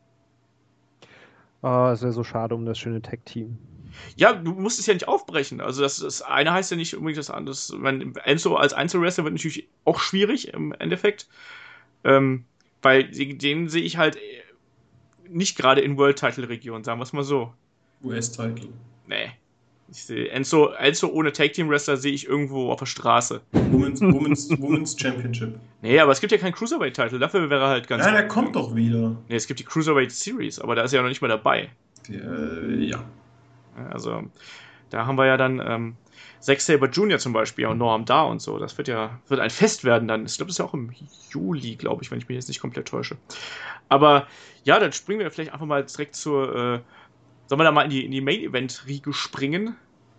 S3: Oh, es wäre so schade um das schöne Tag-Team.
S2: Ja, du musst es ja nicht aufbrechen. Also das, das eine heißt ja nicht unbedingt das andere. Wenn Enzo als Einzelwrestler wird natürlich auch schwierig im Endeffekt. Ähm, weil den sehe ich halt nicht gerade in World-Title-Region, sagen wir es mal so.
S4: U S-Title.
S2: Nee. Ich sehe Enzo, Enzo ohne Tag-Team-Wrestler sehe ich irgendwo auf der Straße.
S4: Women's, Women's, Women's Championship.
S2: Nee, aber es gibt ja keinen Cruiserweight-Title. Dafür wäre er halt ganz...
S4: Ja, der kommt doch wieder.
S2: Nee, es gibt die Cruiserweight-Series, aber da ist er ja noch nicht mal dabei.
S4: Die, äh, ja.
S2: Also, da haben wir ja dann ähm, Zack Sabre Junior zum Beispiel und Noam Dar und so. Das wird ja wird ein Fest werden dann. Ich glaube, das ist ja auch im Juli, glaube ich, wenn ich mich jetzt nicht komplett täusche. Aber ja, dann springen wir vielleicht einfach mal direkt zur... Äh, sollen wir da mal in die, in die Main-Event-Riege springen?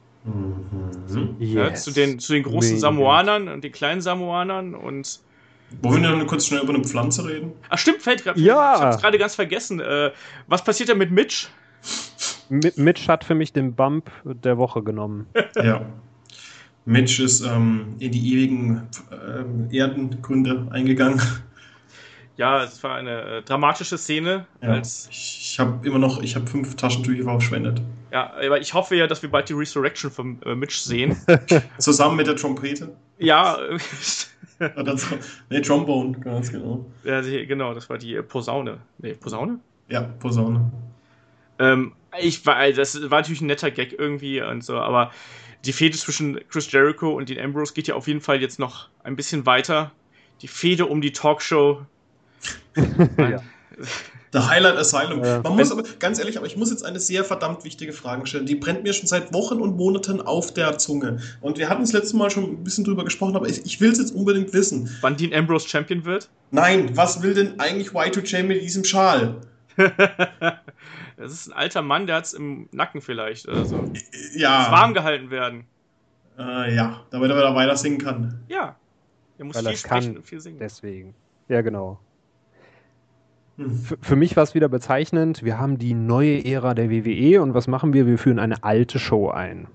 S4: Mhm.
S3: Yes.
S2: Ja, zu, den, zu den großen
S3: Main
S2: Samoanern und den kleinen Samoanern und...
S4: Wollen wir noch kurz schnell über eine Pflanze reden?
S2: Ach stimmt, fällt gerade.
S3: Ja.
S2: Ich habe es gerade ganz vergessen. Äh, was passiert denn mit Mitch?
S3: Mitch hat für mich den Bump der Woche genommen.
S4: Ja. Mitch ist ähm, in die ewigen ähm, Erdengründe eingegangen.
S2: Ja, es war eine äh, dramatische Szene.
S4: Ja.
S2: Als,
S4: Ich, ich habe immer noch, ich habe fünf Taschentücher verschwendet.
S2: ja, aber ich hoffe ja, dass wir bald die Resurrection von äh, Mitch sehen.
S4: Zusammen mit der Trompete.
S2: Ja,
S4: Oder so. Nee, Trombone, ganz genau.
S2: ja, die- genau, das war die äh, Posaune. Nee, Posaune?
S4: Ja, Posaune.
S2: Ähm, ich war, das war natürlich ein netter Gag irgendwie und so, aber die Fehde zwischen Chris Jericho und Dean Ambrose geht ja auf jeden Fall jetzt noch ein bisschen weiter. Die Fehde um die Talkshow.
S3: Ja.
S4: The Highlight Asylum.
S3: Ja.
S4: Man muss aber, ganz ehrlich, aber ich muss jetzt eine sehr verdammt wichtige Frage stellen. Die brennt mir schon seit Wochen und Monaten auf der Zunge. Und wir hatten das letzte Mal schon ein bisschen drüber gesprochen, aber ich, ich will es jetzt unbedingt wissen.
S2: Wann Dean Ambrose Champion wird?
S4: Nein, was will denn eigentlich Y two J mit diesem Schal?
S2: Das ist ein alter Mann, der hat es im Nacken vielleicht. Also.
S4: Ja.
S2: Muss warm gehalten werden.
S4: Äh, ja, damit er wieder weiter singen kann.
S2: Ja. Er muss
S3: Weil
S2: viel
S3: er
S2: sprechen
S3: kann.
S2: und viel singen.
S3: Deswegen. Ja, genau.
S4: Hm.
S3: Für, für mich war es wieder bezeichnend. Wir haben die neue Ära der W W E und was machen wir? Wir führen eine alte Show ein.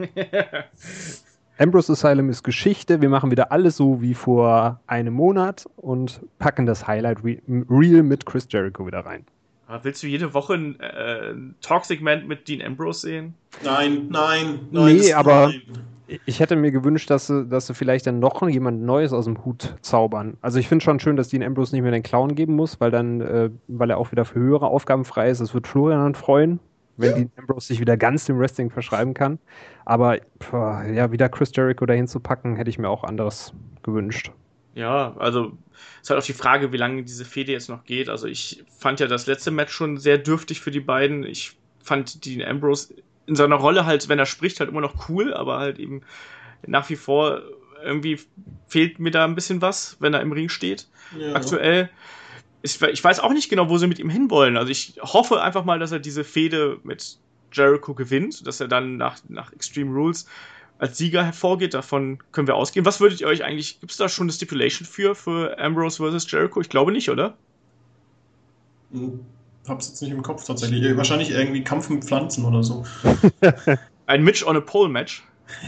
S3: Ambrose Asylum ist Geschichte. Wir machen wieder alles so wie vor einem Monat und packen das Highlight Re Reel mit Chris Jericho wieder rein.
S2: Aber willst du jede Woche ein, äh, ein Talk-Segment mit Dean Ambrose sehen?
S4: Nein, nein, nein.
S3: Nee,
S4: das-
S3: aber-
S4: nein.
S3: Ich hätte mir gewünscht, dass sie, dass sie vielleicht dann noch jemand Neues aus dem Hut zaubern. Also ich finde schon schön, dass Dean Ambrose nicht mehr den Clown geben muss, weil dann, äh, weil er auch wieder für höhere Aufgaben frei ist. Das wird Florian dann freuen, wenn Dean Ambrose sich wieder ganz dem Wrestling verschreiben kann. Aber pff, ja, wieder Chris Jericho dahin zu packen, hätte ich mir auch anderes gewünscht.
S2: Ja, also ist halt auch die Frage, wie lange diese Fehde jetzt noch geht. Also ich fand ja das letzte Match schon sehr dürftig für die beiden. Ich fand Dean Ambrose in seiner Rolle halt, wenn er spricht, halt immer noch cool, aber halt eben nach wie vor irgendwie fehlt mir da ein bisschen was, wenn er im Ring steht.
S4: Ja.
S2: Aktuell. Ich, ich weiß auch nicht genau, wo sie mit ihm hinwollen. Also ich hoffe einfach mal, dass er diese Fehde mit Jericho gewinnt, dass er dann nach, nach Extreme Rules als Sieger hervorgeht. Davon können wir ausgehen. Was würdet ihr euch eigentlich, gibt es da schon eine Stipulation für, für Ambrose versus Jericho? Ich glaube nicht, oder?
S4: Hm, hab's jetzt nicht im Kopf tatsächlich. Wahrscheinlich irgendwie Kampf mit Pflanzen oder so.
S2: Ein Mitch on a Pole Match.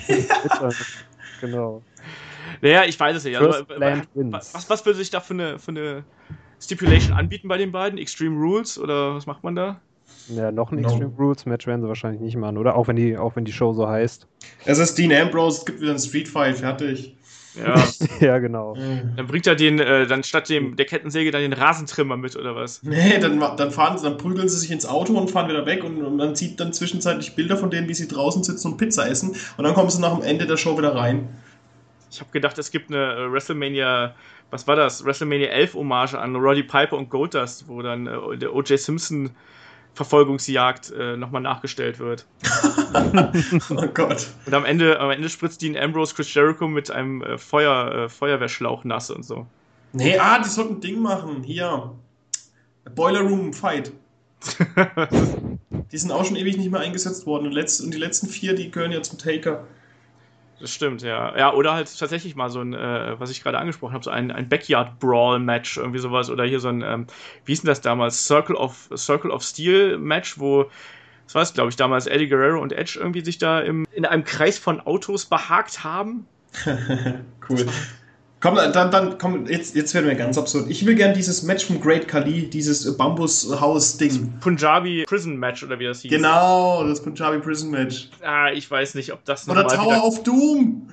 S3: Genau.
S2: Naja, ich weiß es nicht. Also,
S3: First Land wins.
S2: was, was würde sich da für eine, für eine Stipulation anbieten bei den beiden? Extreme Rules oder was macht man da?
S3: Ja, noch ein
S4: No.
S3: Extreme Rules Match werden sie wahrscheinlich nicht machen, oder? Auch wenn die, auch wenn die Show so heißt.
S4: Es ist Dean Ambrose, es gibt wieder einen Street Fight, fertig.
S2: Ja.
S3: Ja, genau.
S2: Dann bringt er den, äh, dann statt dem der Kettensäge dann den Rasentrimmer mit, oder was?
S4: Nee, dann, dann fahren sie, dann prügeln sie sich ins Auto und fahren wieder weg und, und man sieht dann zwischenzeitlich Bilder von denen, wie sie draußen sitzen und Pizza essen und dann kommen sie nach dem Ende der Show wieder rein.
S2: Ich habe gedacht, es gibt eine äh, WrestleMania, was war das? WrestleMania elf Hommage an Roddy Piper und Goldust, wo dann äh, der O J Simpson Verfolgungsjagd äh, nochmal nachgestellt wird.
S4: Oh Gott.
S2: Und am Ende, am Ende spritzt Dean Ambrose Chris Jericho mit einem äh, Feuer, äh, Feuerwehrschlauch nass und so.
S4: Nee, ah, die sollten ein Ding machen. Hier. Boiler Room Fight. Die sind auch schon ewig nicht mehr eingesetzt worden. Und, letzt, und die letzten vier, die gehören ja zum Taker.
S2: Das stimmt, ja. Ja, oder halt tatsächlich mal so ein, äh, was ich gerade angesprochen habe, so ein, ein Backyard-Brawl-Match, irgendwie sowas. Oder hier so ein, ähm, wie hieß denn das damals? Circle of, Circle of Steel-Match, wo, das war es, glaube ich, damals Eddie Guerrero und Edge irgendwie sich da im, in einem Kreis von Autos behagt haben.
S4: Cool. Komm, dann, dann, komm, jetzt, jetzt werden wir ganz absurd. Ich will gern dieses Match vom Great Khali, dieses Bambushaus-Ding.
S2: Punjabi Prison Match, oder wie das hieß.
S4: Genau, das Punjabi Prison Match.
S2: Ah, ich weiß nicht, ob das noch
S4: Oder
S2: mal
S4: Tower
S2: wieder...
S4: of Doom.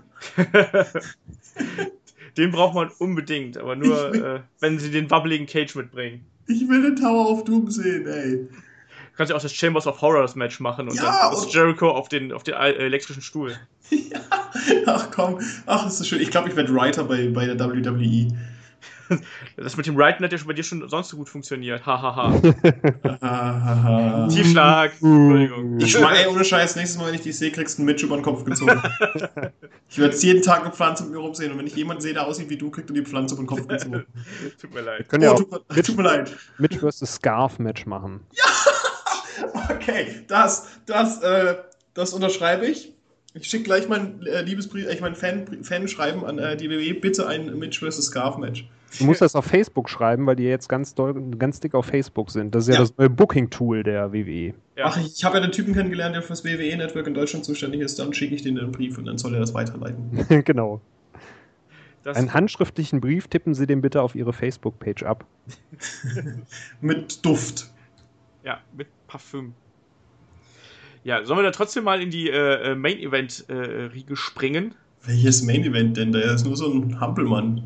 S2: Den braucht man unbedingt, aber nur, äh, wenn sie den wabbligen Cage mitbringen.
S4: Ich will den Tower of Doom sehen, ey.
S2: Du kannst ja auch das Chambers of Horrors Match machen und
S4: Ja,
S2: dann ist
S4: und-
S2: Jericho auf den, auf den elektrischen Stuhl.
S4: Ja, ach komm, ach, ist so schön. Ich glaube, ich werde Writer bei, bei der W W E.
S2: Das mit dem Wrighten hat ja schon bei dir schon sonst so gut funktioniert. Hahaha.
S4: Hahaha.
S2: Tiefschlag. Entschuldigung.
S4: Ich schmeiß, ey, ohne Scheiß, nächstes Mal, wenn ich dich sehe, kriegst du einen Mitch über den Kopf gezogen. Ich werde jeden Tag eine Pflanze mit mir rumsehen und wenn ich jemanden sehe, der aussieht wie du, kriegt er die Pflanze über den Kopf gezogen.
S2: Tut mir leid.
S3: Können ja
S4: Oh,
S3: auch
S4: tut, mir- tut mir leid.
S3: Mitch versus. Scarf-Match machen.
S4: Okay, das, das, äh, das unterschreibe ich. Ich schicke gleich mein äh, Liebesbrief, äh, mein Fan, Fanschreiben an äh, die W W E, bitte ein Mitch versus. Scarf-Match.
S3: Du musst das auf Facebook schreiben, weil die jetzt ganz, doll, ganz dick auf Facebook sind. Das ist ja,
S4: Ja.
S3: das neue Booking-Tool der W W E.
S2: Ja.
S4: Ach, ich habe ja den Typen kennengelernt, der fürs W W E-Network in Deutschland zuständig ist, dann schicke ich denen einen Brief und dann soll er das weiterleiten.
S3: Genau.
S2: Das,
S3: Einen handschriftlichen Brief tippen Sie den bitte auf Ihre Facebook-Page ab.
S4: Mit Duft.
S2: ja, mit Parfüm. Ja, sollen wir da trotzdem mal in die äh, Main-Event-Riege äh, springen?
S4: Welches Main-Event denn? Der ist nur so ein Hampelmann.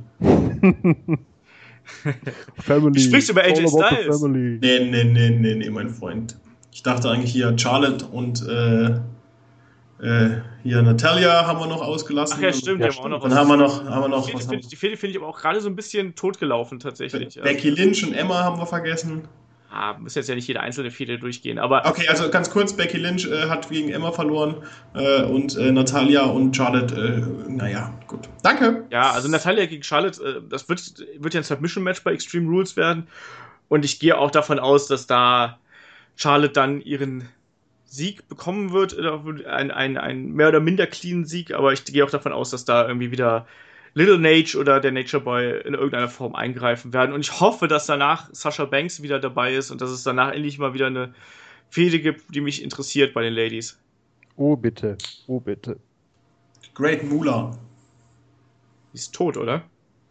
S3: Family.
S2: Du sprichst über A J
S3: All about the
S2: Styles.
S3: family.
S4: Nee, nee, nee, nee, nee, mein Freund. Ich dachte eigentlich hier Charlotte und äh, äh, hier Natalia haben wir noch ausgelassen.
S2: Ach ja, stimmt,
S3: Ja,
S2: die haben auch noch
S4: Dann haben wir noch, haben wir
S2: Die
S4: noch
S2: Fehde
S4: was
S2: finde ich, die Fehde finde ich aber auch gerade so ein bisschen totgelaufen, tatsächlich.
S4: Be Becky Lynch und Emma haben wir vergessen.
S2: Ah, muss jetzt ja nicht jede einzelne Fehde durchgehen, aber
S4: Okay, also ganz kurz, Becky Lynch äh, hat gegen Emma verloren äh, und äh, Natalia und Charlotte, äh, naja, gut. Danke.
S2: ja, also Natalia gegen Charlotte, äh, das wird, wird ja ein Submission-Match bei Extreme Rules werden. Und ich gehe auch davon aus, dass da Charlotte dann ihren Sieg bekommen wird, oder ein, ein, ein mehr oder minder clean Sieg, aber ich gehe auch davon aus, dass da irgendwie wieder Little Nate oder der Nature Boy in irgendeiner Form eingreifen werden. Und ich hoffe, dass danach Sasha Banks wieder dabei ist und dass es danach endlich mal wieder eine Fehde gibt, die mich interessiert bei den Ladies.
S3: Oh bitte, oh bitte.
S4: Great Moolah.
S2: Die ist tot, oder?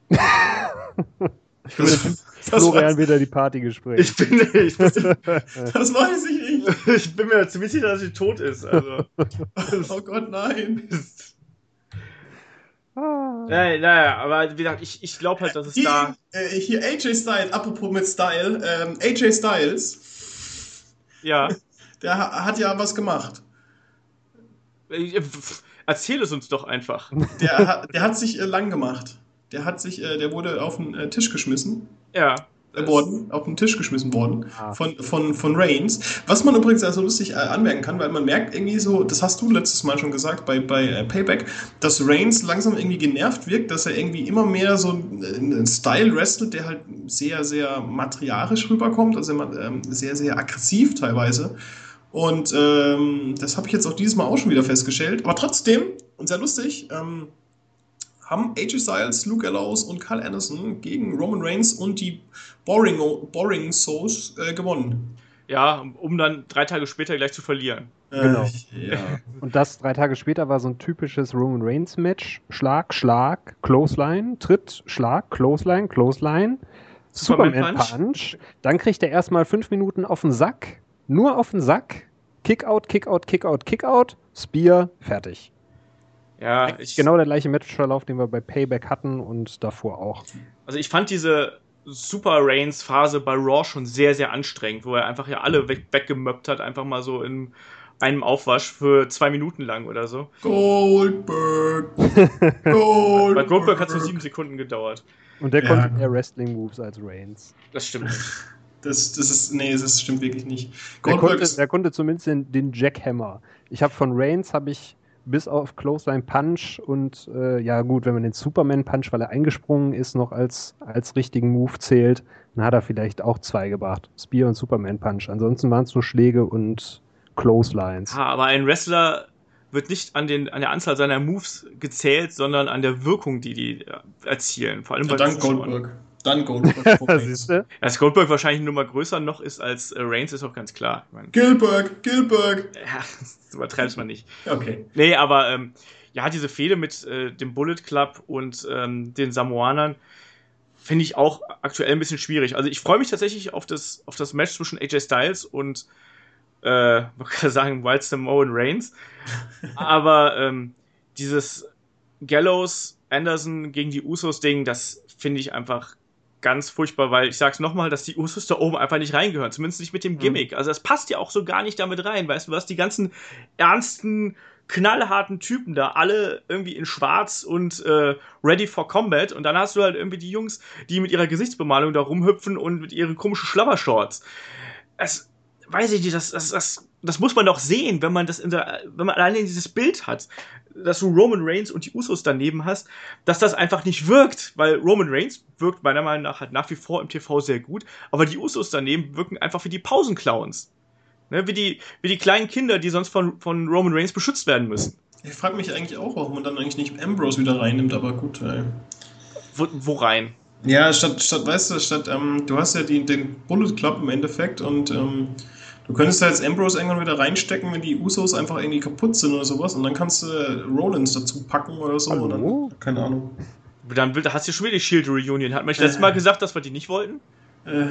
S4: Das,
S3: Florian
S4: weiß,
S3: wieder die Partygespräche.
S2: Ich bin, ich, bin,
S4: das weiß ich nicht.
S2: ich bin mir ziemlich sicher, dass sie tot ist. Also.
S4: Oh Gott, nein.
S3: Ah.
S2: Naja, naja, aber wie gesagt, ich, ich glaube halt, dass es
S4: Hier,
S2: da.
S4: äh, hier A J Styles, apropos mit Style, ähm, A J Styles,
S2: Ja.
S4: der ha hat ja was gemacht.
S2: Erzähl es uns doch einfach.
S4: Der, hat- der hat sich äh, lang gemacht. Der hat sich, äh, der wurde auf den äh, Tisch geschmissen.
S2: Ja.
S4: Äh, worden, auf den Tisch geschmissen worden
S3: Ah.
S4: von, von, von Reigns. Was man übrigens also lustig äh, anmerken kann, weil man merkt irgendwie so, das hast du letztes Mal schon gesagt bei, bei äh, Payback, dass Reigns langsam irgendwie genervt wirkt, dass er irgendwie immer mehr so einen Style wrestelt, der halt sehr, sehr matriarchisch rüberkommt, also ähm, sehr, sehr aggressiv teilweise. Und ähm, das habe ich jetzt auch dieses Mal auch schon wieder festgestellt. Aber trotzdem, und sehr lustig, ähm, haben A J Styles, Luke Gallows und Carl Anderson gegen Roman Reigns und die Boring, Boring Souls äh, gewonnen.
S2: Ja, um dann drei Tage später gleich zu verlieren.
S3: Genau.
S4: Äh, ja.
S3: Und das drei Tage später war so ein typisches Roman Reigns Match. Schlag, Schlag, Clothesline, Tritt, Schlag, Clothesline, Clothesline,
S2: Superman
S3: Superman
S2: Punch.
S3: Punch. Dann kriegt er erstmal fünf Minuten auf den Sack. Nur auf den Sack. Kickout, Kickout, Kickout, Kickout. Spear, fertig.
S2: Ja, ich,
S3: genau der gleiche Matchverlauf, den wir bei Payback hatten und davor auch.
S2: Also ich fand diese Super Reigns-Phase bei Raw schon sehr, sehr anstrengend, wo er einfach ja alle weg, weggemöppt hat, einfach mal so in einem Aufwasch für zwei Minuten lang oder so.
S4: Goldberg!
S2: Goldberg! Bei Goldberg hat es nur sieben Sekunden gedauert.
S3: Und der ja. konnte mehr Wrestling-Moves als Reigns.
S2: Das stimmt nicht.
S4: Das, das ist, nee, das stimmt wirklich nicht.
S3: Der konnte, der konnte zumindest den, den Jackhammer. Ich habe von Reigns, habe ich bis auf Clothesline Punch und äh, ja gut, wenn man den Superman Punch, weil er eingesprungen ist, noch als, als richtigen Move zählt, dann hat er vielleicht auch zwei gebracht. Spear und Superman Punch. Ansonsten waren es nur Schläge und Clotheslines.
S2: Ja, aber ein Wrestler wird nicht an, den, an der Anzahl seiner Moves gezählt, sondern an der Wirkung, die die erzielen. Vor allem
S4: ja,
S2: bei
S4: dank Goldberg. Dann Goldberg.
S2: Dass Goldberg wahrscheinlich nur mal größer noch ist als äh, Reigns, ist auch ganz klar. Ich mein,
S4: Gilbert, Gilbert.
S2: Ja, das übertreibst man nicht.
S4: Okay.
S2: Nee, aber ähm, ja, diese Fehde mit äh, dem Bullet Club und ähm, den Samoanern finde ich auch aktuell ein bisschen schwierig. Also ich freue mich tatsächlich auf das, auf das Match zwischen A J Styles und äh, man kann sagen, Wild Samoan Reigns. Aber ähm, dieses Gallows Anderson gegen die Usos Ding, das finde ich einfach ganz furchtbar, weil ich sag's nochmal, dass die Usos da oben einfach nicht reingehören, zumindest nicht mit dem Gimmick. Also das passt ja auch so gar nicht damit rein, weißt du, was die ganzen ernsten, knallharten Typen da, alle irgendwie in schwarz und äh, ready for combat und dann hast du halt irgendwie die Jungs, die mit ihrer Gesichtsbemalung da rumhüpfen und mit ihren komischen Schlabbershorts. Es, weiß ich nicht, das, das, das, das muss man doch sehen, wenn man das in der, wenn man alleine dieses Bild hat, dass du Roman Reigns und die Usos daneben hast, dass das einfach nicht wirkt, weil Roman Reigns wirkt meiner Meinung nach halt nach wie vor im T V sehr gut, aber die Usos daneben wirken einfach wie die Pausenclowns. Ne, wie die, wie die kleinen Kinder, die sonst von, von Roman Reigns beschützt werden müssen.
S4: Ich frage mich eigentlich auch, warum man dann eigentlich nicht Ambrose wieder reinnimmt, aber gut. Ey.
S2: Wo, wo rein?
S4: Ja, statt, statt weißt du, statt, ähm, du hast ja die, den Bullet Club im Endeffekt und ähm, du könntest da jetzt Ambrose irgendwann wieder reinstecken, wenn die Usos einfach irgendwie kaputt sind oder sowas und dann kannst du äh, Rollins dazu packen oder so. Oder, keine Ahnung.
S2: Dann hast du schon wieder die Shield Reunion. Hat man äh, letztes Mal gesagt, dass wir die nicht wollten?
S4: Äh,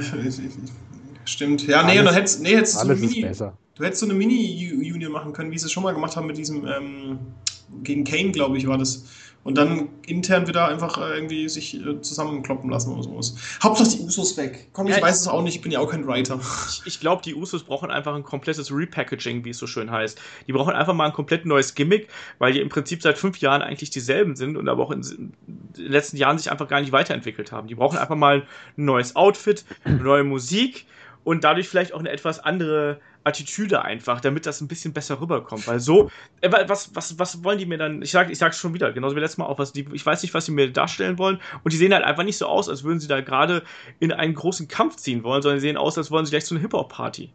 S4: stimmt. Ja, nee, alles, dann hättest, nee, hättest du eine Mini, du hättest so eine Mini-Union machen können, wie sie es schon mal gemacht haben mit diesem, ähm, gegen Kane, glaube ich, war das. Und dann intern wieder einfach äh, irgendwie sich äh, zusammenkloppen lassen oder sowas. Hauptsache die Usos weg. Komm, ich ja, weiß es auch nicht, ich bin ja auch kein Writer.
S2: Ich, ich glaube, die Usos brauchen einfach ein komplettes Repackaging, wie es so schön heißt. Die brauchen einfach mal ein komplett neues Gimmick, weil die im Prinzip seit fünf Jahren eigentlich dieselben sind und aber auch in, in den letzten Jahren sich einfach gar nicht weiterentwickelt haben. Die brauchen einfach mal ein neues Outfit, eine neue Musik und dadurch vielleicht auch eine etwas andere Attitüde einfach, damit das ein bisschen besser rüberkommt. Weil so, äh, was, was, was wollen die mir dann, ich sag, ich sag's schon wieder, genauso wie letztes Mal auch, was die, ich weiß nicht, was sie mir darstellen wollen und die sehen halt einfach nicht so aus, als würden sie da gerade in einen großen Kampf ziehen wollen, sondern die sehen aus, als wollen sie gleich zu einer Hip-Hop-Party.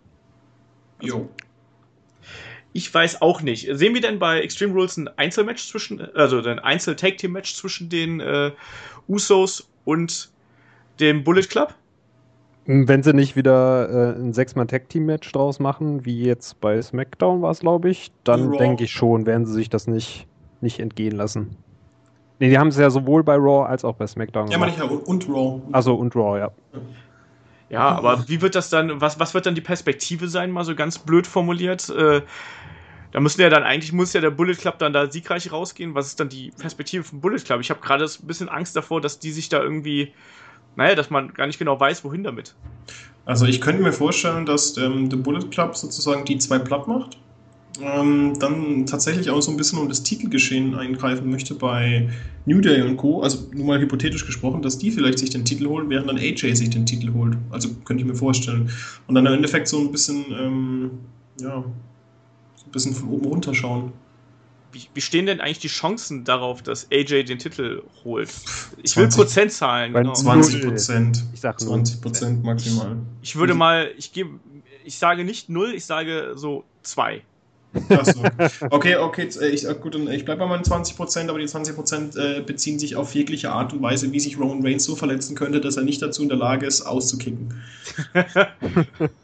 S4: Jo. Also,
S2: ich weiß auch nicht. Sehen wir denn bei Extreme Rules ein Einzelmatch zwischen, also ein Einzel-Tag-Team-Match zwischen den äh, Usos und dem Bullet Club?
S3: Wenn sie nicht wieder äh, ein Sechs-Mann-Tag-Team-Match draus machen, wie jetzt bei SmackDown war es, glaube ich, dann denke ich schon, werden sie sich das nicht, nicht entgehen lassen. Nee, die haben es ja sowohl bei Raw als auch bei SmackDown
S4: ja, gemacht. Ja, meine ich ja, und, und Raw.
S3: Also und Raw, ja.
S2: Ja, aber wie wird das dann, was, was wird dann die Perspektive sein, mal so ganz blöd formuliert? Äh, da müssen ja dann, eigentlich muss ja der Bullet Club dann da siegreich rausgehen. Was ist dann die Perspektive vom Bullet Club? Ich habe gerade ein bisschen Angst davor, dass die sich da irgendwie Naja, dass man gar nicht genau weiß, wohin damit.
S4: Also ich könnte mir vorstellen, dass ähm, der Bullet Club sozusagen die zwei platt macht, ähm, dann tatsächlich auch so ein bisschen um das Titelgeschehen eingreifen möchte bei New Day und Co., also nur mal hypothetisch gesprochen, dass die vielleicht sich den Titel holen, während dann A J sich den Titel holt. Also könnte ich mir vorstellen. Und dann im Endeffekt so ein bisschen, ähm, ja, so ein bisschen von oben runter schauen.
S2: Wie, wie stehen denn eigentlich die Chancen darauf, dass A J den Titel holt? Ich zwanzig, will Prozentzahlen.
S4: Genau. zwanzig Prozent. Ich sag zwanzig Prozent maximal.
S2: Ich, ich würde mal, ich gebe, ich sage nicht null, ich sage so zwei.
S4: Achso. Okay, okay, ich, gut, ich bleibe bei meinen zwanzig Prozent, aber die zwanzig Prozent äh, beziehen sich auf jegliche Art und Weise, wie sich Roman Reigns so verletzen könnte, dass er nicht dazu in der Lage ist, auszukicken.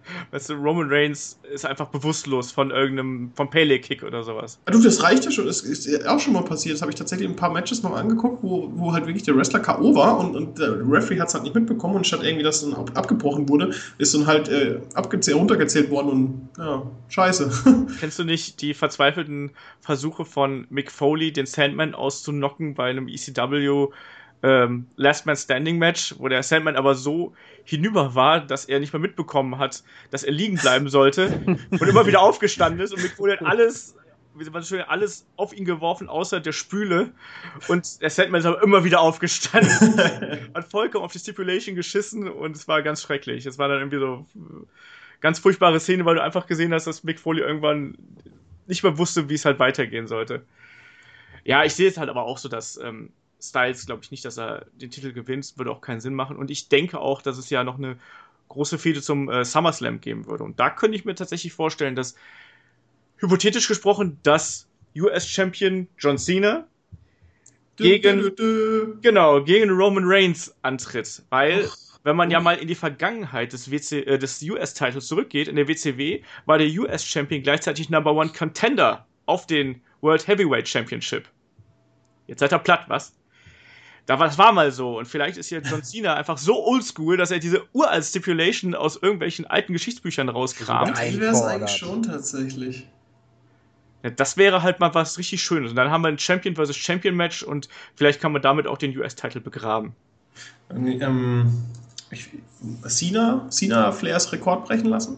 S2: Weißt du, Roman Reigns ist einfach bewusstlos von irgendeinem, vom Pele-Kick oder sowas.
S4: Du, das reicht ja schon. Das ist auch schon mal passiert. Das habe ich tatsächlich ein paar Matches noch angeguckt, wo, wo halt wirklich der Wrestler K O war und, und der Referee hat es halt nicht mitbekommen und statt irgendwie, dass dann ab, abgebrochen wurde, ist dann halt äh, abgezählt, runtergezählt worden und ja, scheiße.
S2: Kennst du nicht die verzweifelten Versuche von Mick Foley, den Sandman auszunocken bei einem E C W ähm, Last Man Standing Match, wo der Sandman aber so hinüber war, dass er nicht mehr mitbekommen hat, dass er liegen bleiben sollte und immer wieder aufgestanden ist und Mick Foley hat alles, wie man schön, alles auf ihn geworfen, außer der Spüle und der Sandman ist aber immer wieder aufgestanden, hat vollkommen auf die Stipulation geschissen und es war ganz schrecklich. Es war dann irgendwie so ganz furchtbare Szene, weil du einfach gesehen hast, dass Mick Foley irgendwann nicht mehr wusste, wie es halt weitergehen sollte. Ja, ich sehe es halt aber auch so, dass ähm, Styles, glaube ich nicht, dass er den Titel gewinnt, würde auch keinen Sinn machen. Und ich denke auch, dass es ja noch eine große Fehde zum äh, SummerSlam geben würde. Und da könnte ich mir tatsächlich vorstellen, dass, hypothetisch gesprochen, dass U S-Champion John Cena gegen, du, du, du. genau, gegen Roman Reigns antritt. Weil, Ach, wenn man oh. ja mal in die Vergangenheit des, W C, äh, des U S-Titles zurückgeht, in der W C W, war der U S-Champion gleichzeitig Number One Contender auf den World Heavyweight Championship. Jetzt seid ihr platt, was? Da war, das war mal so. Und vielleicht ist hier John Cena einfach so oldschool, dass er diese uralt Stipulation aus irgendwelchen alten Geschichtsbüchern rauskramt.
S4: Das wäre es eigentlich schon tatsächlich.
S2: Ja, das wäre halt mal was richtig Schönes. Und dann haben wir ein Champion versus Champion Match und vielleicht kann man damit auch den U S-Titel begraben.
S4: Ähm, ich, Cena, Cena Flairs Rekord brechen lassen?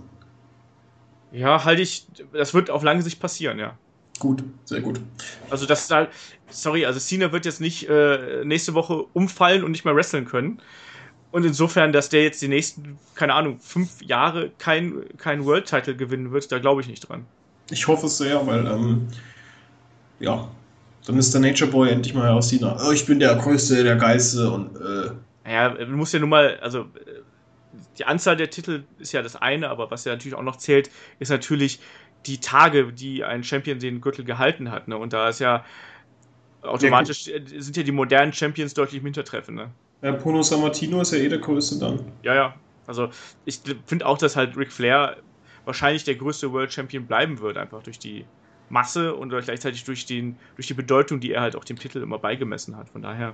S2: Ja, halte ich, das wird auf lange Sicht passieren, ja.
S4: Gut, sehr gut.
S2: Also das da, sorry, also Cena wird jetzt nicht äh, nächste Woche umfallen und nicht mehr wresteln können. Und insofern, dass der jetzt die nächsten, keine Ahnung, fünf Jahre kein, kein World-Title gewinnen wird, da glaube ich nicht dran.
S4: Ich hoffe es sehr, weil, ähm, ja, dann ist der Nature Boy endlich mal aus Cena. Oh, ich bin der Größte, der Geilste und, äh.
S2: Naja, du musst ja nun mal, also die Anzahl der Titel ist ja das eine, aber was ja natürlich auch noch zählt, ist natürlich die Tage, die ein Champion den Gürtel gehalten hat, ne? Und da ist ja automatisch, ja, sind ja die modernen Champions deutlich im Hintertreffen, ne?
S4: Ja, Bruno Sammartino ist ja eh der Größte dann.
S2: Ja, ja. Also ich finde auch, dass halt Ric Flair wahrscheinlich der größte World Champion bleiben wird, einfach durch die Masse und gleichzeitig durch, den, durch die Bedeutung, die er halt auch dem Titel immer beigemessen hat. Von daher.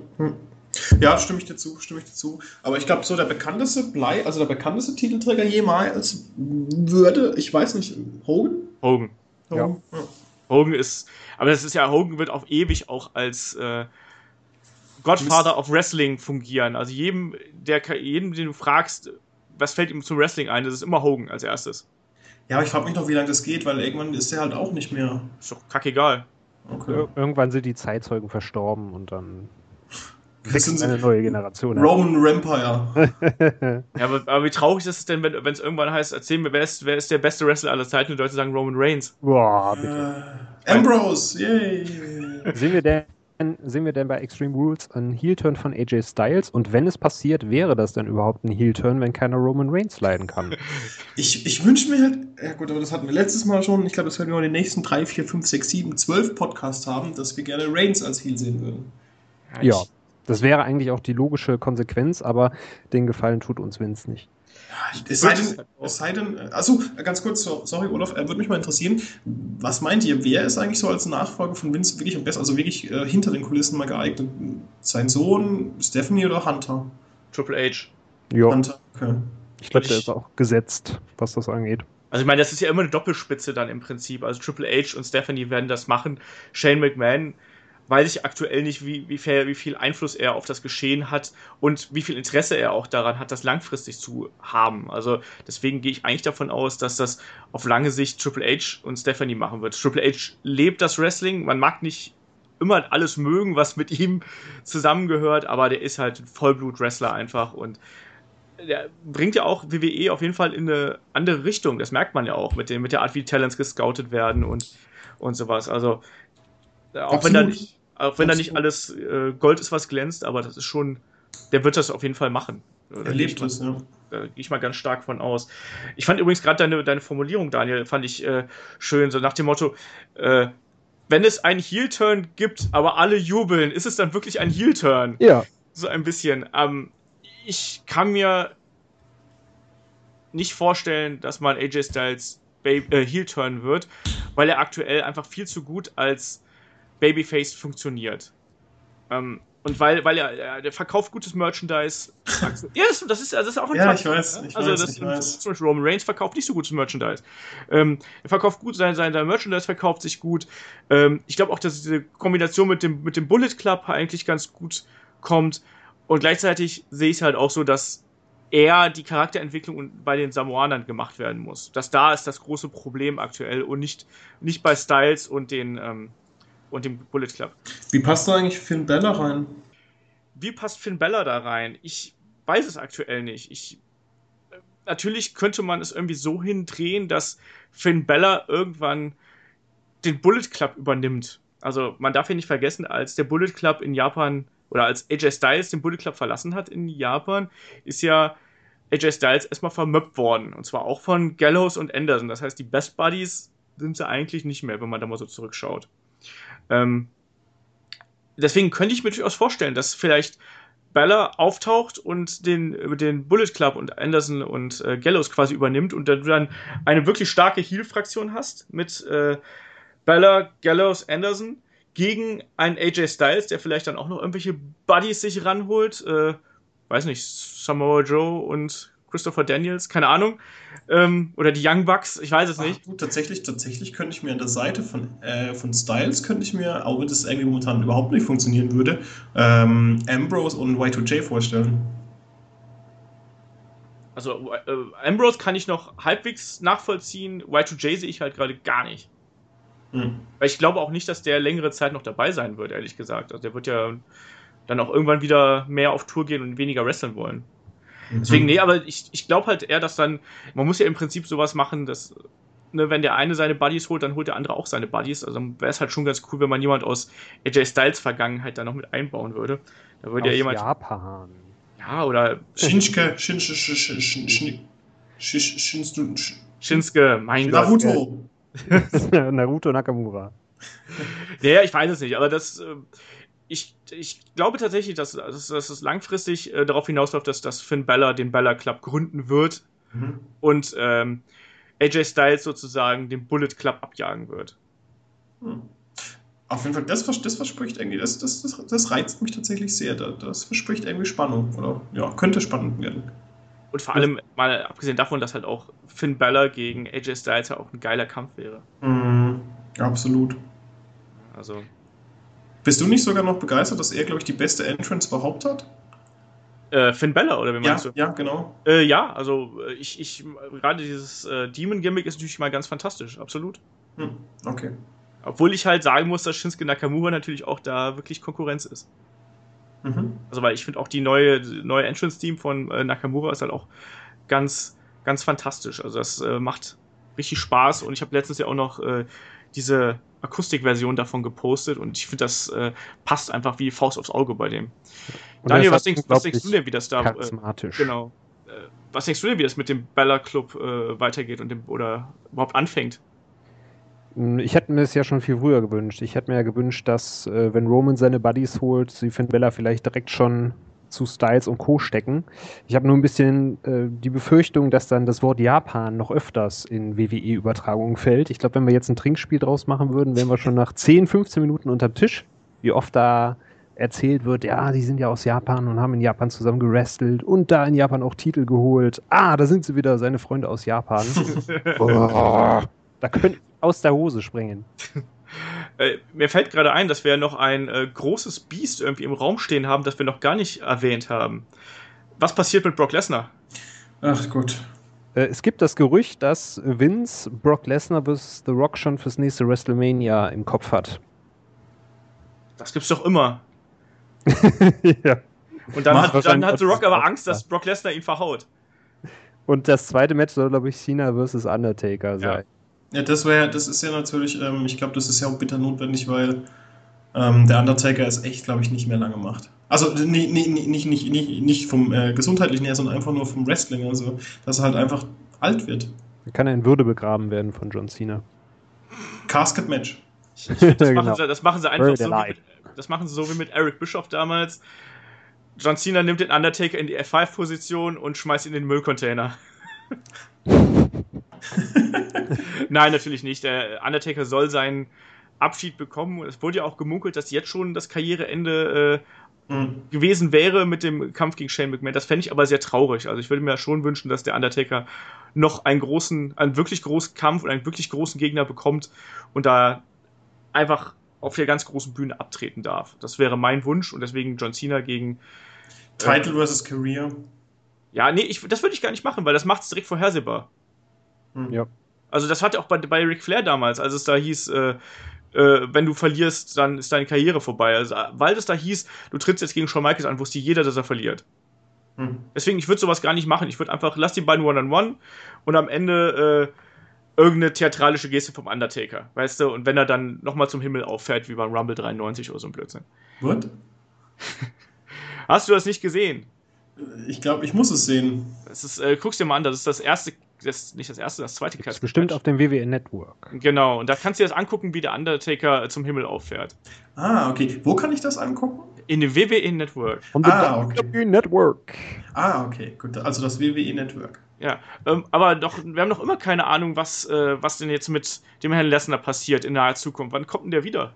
S4: Ja, stimme ich dir zu, stimme ich dir zu. Aber ich glaube, so der bekannteste Blei, also der bekannteste Titelträger jemals würde, ich weiß nicht, Hogan?
S2: Hogan.
S4: Hogan, ja.
S2: Ja. Hogan ist, aber das ist ja, Hogan wird auf ewig auch als äh, Godfather of Wrestling fungieren. Also jedem, der, jedem, den du fragst, was fällt ihm zum Wrestling ein, das ist immer Hogan als erstes.
S4: Ja, aber ich frage mich noch, wie lange das geht, weil irgendwann ist der halt auch nicht mehr.
S2: Ist doch kackegal.
S3: Okay. Ir- irgendwann sind die Zeitzeugen verstorben und dann wächst eine neue Generation.
S4: Roman Rampire.
S2: Ja, aber, aber wie traurig ist es denn, wenn es irgendwann heißt, erzähl mir, wer ist, wer ist der beste Wrestler aller Zeiten und die Leute sagen Roman Reigns.
S3: Boah, bitte.
S4: Äh, Ambrose, yay.
S3: Sehen wir denn Sehen wir denn bei Extreme Rules einen Heel-Turn von A J Styles? Und wenn es passiert, wäre das denn überhaupt ein Heel-Turn, wenn keiner Roman Reigns leiden kann?
S4: Ich, ich wünsche mir halt, ja gut, aber das hatten wir letztes Mal schon, ich glaube, das werden wir in den nächsten drei, vier, fünf, sechs, sieben, zwölf Podcasts haben, dass wir gerne Reigns als Heel sehen würden.
S3: Ja, ja, das wäre eigentlich auch die logische Konsequenz, aber den Gefallen tut uns Vince nicht.
S4: Es sei denn, es sei denn, also ganz kurz, sorry Olaf, würde mich mal interessieren, was meint ihr, wer ist eigentlich so als Nachfolger von Vince wirklich am besten, also wirklich äh, hinter den Kulissen mal geeignet? Sein Sohn, Stephanie oder Hunter?
S2: Triple H.
S3: Ja.
S4: Hunter, okay.
S3: Ich glaube, der ist auch gesetzt, was das angeht.
S2: Also ich meine, das ist ja immer eine Doppelspitze dann im Prinzip. Also Triple H und Stephanie werden das machen. Shane McMahon weiß ich aktuell nicht, wie, wie, viel, wie viel Einfluss er auf das Geschehen hat und wie viel Interesse er auch daran hat, das langfristig zu haben. Also deswegen gehe ich eigentlich davon aus, dass das auf lange Sicht Triple H und Stephanie machen wird. Triple H lebt das Wrestling, man mag nicht immer alles mögen, was mit ihm zusammengehört, aber der ist halt ein Vollblut-Wrestler einfach und der bringt ja auch W W E auf jeden Fall in eine andere Richtung. Das merkt man ja auch mit, dem, mit der Art, wie Talents gescoutet werden und, und sowas. Also auch Absolut. wenn da nicht Auch wenn Absolut. da nicht alles äh, Gold ist, was glänzt, aber das ist schon, der wird das auf jeden Fall machen.
S4: Er lebt es, ja.
S2: Da gehe ich mal ganz stark von aus. Ich fand übrigens gerade deine, deine Formulierung, Daniel, fand ich äh, schön, so nach dem Motto, äh, wenn es einen Heel-Turn gibt, aber alle jubeln, ist es dann wirklich ein Heel-Turn?
S3: Ja.
S2: So ein bisschen. Ähm, ich kann mir nicht vorstellen, dass man A J Styles Baby, äh, Heel turnen wird, weil er aktuell einfach viel zu gut als Babyface funktioniert. Ähm, und weil, weil er, er der verkauft gutes Merchandise. Ja, das, das, ist, das ist auch ein
S4: Ja,
S2: Fakt.
S4: ich weiß, ich
S2: also
S4: weiß,
S2: das,
S4: ich weiß.
S2: Zum Beispiel Roman Reigns verkauft nicht so gutes Merchandise. Ähm, er verkauft gut, sein, sein, sein Merchandise verkauft sich gut. Ähm, ich glaube auch, dass diese Kombination mit dem, mit dem Bullet Club eigentlich ganz gut kommt. Und gleichzeitig sehe ich es halt auch so, dass eher die Charakterentwicklung bei den Samoanern gemacht werden muss. Das da ist das große Problem aktuell und nicht, nicht bei Styles und den ähm, und dem Bullet Club.
S4: Wie passt da eigentlich Finn Balor rein?
S2: Wie passt Finn Balor da rein? Ich weiß es aktuell nicht. Ich, natürlich könnte man es irgendwie so hindrehen, dass Finn Balor irgendwann den Bullet Club übernimmt. Also man darf ja nicht vergessen, als der Bullet Club in Japan oder als A J Styles den Bullet Club verlassen hat in Japan, ist ja A J Styles erstmal vermöppt worden. Und zwar auch von Gallows und Anderson. Das heißt, die Best Buddies sind sie eigentlich nicht mehr, wenn man da mal so zurückschaut. Ähm, deswegen könnte ich mir durchaus vorstellen, dass vielleicht Balor auftaucht und den, den Bullet Club und Anderson und äh, Gallows quasi übernimmt und dann, dann eine wirklich starke Heel-Fraktion hast mit äh, Balor, Gallows, Anderson gegen einen A J Styles, der vielleicht dann auch noch irgendwelche Buddies sich ranholt. Äh, weiß nicht, Samoa Joe und Christopher Daniels, keine Ahnung. Ähm, oder die Young Bucks, ich weiß es
S4: Ach,
S2: nicht.
S4: gut, tatsächlich, tatsächlich könnte ich mir an der Seite von, äh, von Styles, könnte ich mir, auch wenn das irgendwie momentan überhaupt nicht funktionieren würde, ähm, Ambrose und Y zwei J vorstellen.
S2: Also äh, Ambrose kann ich noch halbwegs nachvollziehen, Y zwei J sehe ich halt gerade gar nicht. Hm. Weil ich glaube auch nicht, dass der längere Zeit noch dabei sein wird, ehrlich gesagt. Also der wird ja dann auch irgendwann wieder mehr auf Tour gehen und weniger wresteln wollen. Mhm. Deswegen, nee, aber ich, ich glaube halt eher, dass dann, man muss ja im Prinzip sowas machen, dass, ne, wenn der eine seine Buddies holt, dann holt der andere auch seine Buddies. Also dann wäre es halt schon ganz cool, wenn man jemand aus A J Styles Vergangenheit da noch mit einbauen würde. Da würde
S3: aus
S2: ja jemand.
S3: Japan.
S2: Ja, oder.
S4: Shinsuke, Shinsuke, Shinsuke, Shinsuke,
S2: Shinsuke, mein
S4: Naruto.
S2: Gott.
S3: Naruto Nakamura.
S2: Ja, ich weiß es nicht, aber das. Ich, ich glaube tatsächlich, dass, dass, dass es langfristig äh, darauf hinausläuft, dass, dass Finn Balor den Balor Club gründen wird mhm. und ähm, A J Styles sozusagen den Bullet Club abjagen wird.
S4: Hm. Auf jeden Fall, das, das verspricht irgendwie, das, das, das, das reizt mich tatsächlich sehr. Das, das verspricht irgendwie Spannung. Oder ja, könnte spannend werden.
S2: Und vor allem, mal abgesehen davon, dass halt auch Finn Balor gegen A J Styles ja auch ein geiler Kampf wäre.
S4: Mhm. Absolut.
S2: Also.
S4: Bist du nicht sogar noch begeistert, dass er, glaube ich, die beste Entrance überhaupt hat?
S2: Äh, Finn Balor, oder wie meinst
S4: ja,
S2: du?
S4: Ja, genau.
S2: Äh, ja, also ich, ich gerade dieses äh, Demon-Gimmick ist natürlich mal ganz fantastisch, absolut.
S4: Hm, okay.
S2: Obwohl ich halt sagen muss, dass Shinsuke Nakamura natürlich auch da wirklich Konkurrenz ist. Mhm. Also, weil ich finde auch die neue, neue Entrance-Team von äh, Nakamura ist halt auch ganz, ganz fantastisch. Also das äh, macht richtig Spaß und ich habe letztens ja auch noch äh, diese Akustikversion davon gepostet und ich finde, das äh, passt einfach wie Faust aufs Auge bei dem. Und Daniel, was denkst, was denkst du denn, wie das da
S3: charismatisch.
S2: Äh, genau. Äh, was denkst du denn, wie das mit dem Balor Club äh, weitergeht und dem, oder überhaupt anfängt?
S3: Ich hätte mir das ja schon viel früher gewünscht. Ich hätte mir ja gewünscht, dass, äh, wenn Roman seine Buddies holt, sie Finn Balor vielleicht direkt schon zu Styles und Co. stecken. Ich habe nur ein bisschen äh, die Befürchtung, dass dann das Wort Japan noch öfters in W W E-Übertragungen fällt. Ich glaube, wenn wir jetzt ein Trinkspiel draus machen würden, wären wir schon nach zehn, fünfzehn Minuten unterm Tisch. Wie oft da erzählt wird, ja, die sind ja aus Japan und haben in Japan zusammen gewrestelt und da in Japan auch Titel geholt. Ah, da sind sie wieder, seine Freunde aus Japan. Oh, da können aus der Hose springen.
S2: Äh, mir fällt gerade ein, dass wir noch ein äh, großes Biest irgendwie im Raum stehen haben, das wir noch gar nicht erwähnt haben. Was passiert mit Brock Lesnar?
S4: Ach Gott.
S3: Äh, es gibt das Gerücht, dass Vince Brock Lesnar versus The Rock schon fürs nächste WrestleMania im Kopf hat.
S2: Das gibt's doch immer.
S3: Ja.
S2: Und dann hat, dann hat The Rock aber Angst, dass Brock Lesnar ihn verhaut.
S3: Und das zweite Match soll, glaube ich, Cena versus Undertaker sein.
S4: Ja. Ja, das wäre, das ist ja natürlich, ähm, ich glaube, das ist ja auch bitter notwendig, weil ähm, der Undertaker es echt, glaube ich, nicht mehr lange macht. Also nicht, nicht, nicht, nicht, nicht, nicht vom äh, gesundheitlichen her, sondern einfach nur vom Wrestling. Also, dass er halt einfach alt wird.
S3: Da kann er in Würde begraben werden von John Cena.
S4: Casket-Match.
S2: Ich find, das, genau. machen sie, das machen sie einfach so wie mit, das machen sie so wie mit Eric Bischoff damals. John Cena nimmt den Undertaker in die F fünf Position und schmeißt ihn in den Müllcontainer. Nein, natürlich nicht. Der Undertaker soll seinen Abschied bekommen. Es wurde ja auch gemunkelt, dass jetzt schon das Karriereende äh, mhm. gewesen wäre mit dem Kampf gegen Shane McMahon. Das fände ich aber sehr traurig. Also ich würde mir schon wünschen, dass der Undertaker noch einen großen, einen wirklich großen Kampf und einen wirklich großen Gegner bekommt und da einfach auf der ganz großen Bühne abtreten darf. Das wäre mein Wunsch und deswegen John Cena gegen
S4: Title äh, versus Career.
S2: Ja, nee, ich, das würde ich gar nicht machen, weil das macht es direkt vorhersehbar.
S3: Hm. Ja.
S2: Also das hatte auch bei, bei Ric Flair damals, als es da hieß, äh, äh, wenn du verlierst, dann ist deine Karriere vorbei. Also, weil es da hieß, du trittst jetzt gegen Shawn Michaels an, wusste jeder, dass er verliert. Hm. Deswegen, ich würde sowas gar nicht machen. Ich würde einfach, lass die beiden One-on-One und am Ende äh, irgendeine theatralische Geste vom Undertaker, weißt du? Und wenn er dann nochmal zum Himmel auffährt, wie beim Rumble dreiundneunzig oder so ein Blödsinn.
S4: What?
S2: Hast du das nicht gesehen?
S4: Ich glaube, ich muss es sehen.
S2: Das ist, äh, guck's dir mal an, das ist das erste, das, nicht das erste, das zweite
S3: Das ist bestimmt auf dem W W E Network.
S2: Genau, und da kannst du dir das angucken, wie der Undertaker zum Himmel auffährt.
S4: Ah, okay. Wo kann ich das angucken?
S2: In dem W W E Network.
S3: On the ah, okay. W W E Network.
S4: Ah, okay, gut. Also das W W E Network.
S2: Ja, ähm, aber doch, wir haben noch immer keine Ahnung, was, äh, was denn jetzt mit dem Herrn Lesnar passiert in naher Zukunft. Wann kommt denn der wieder?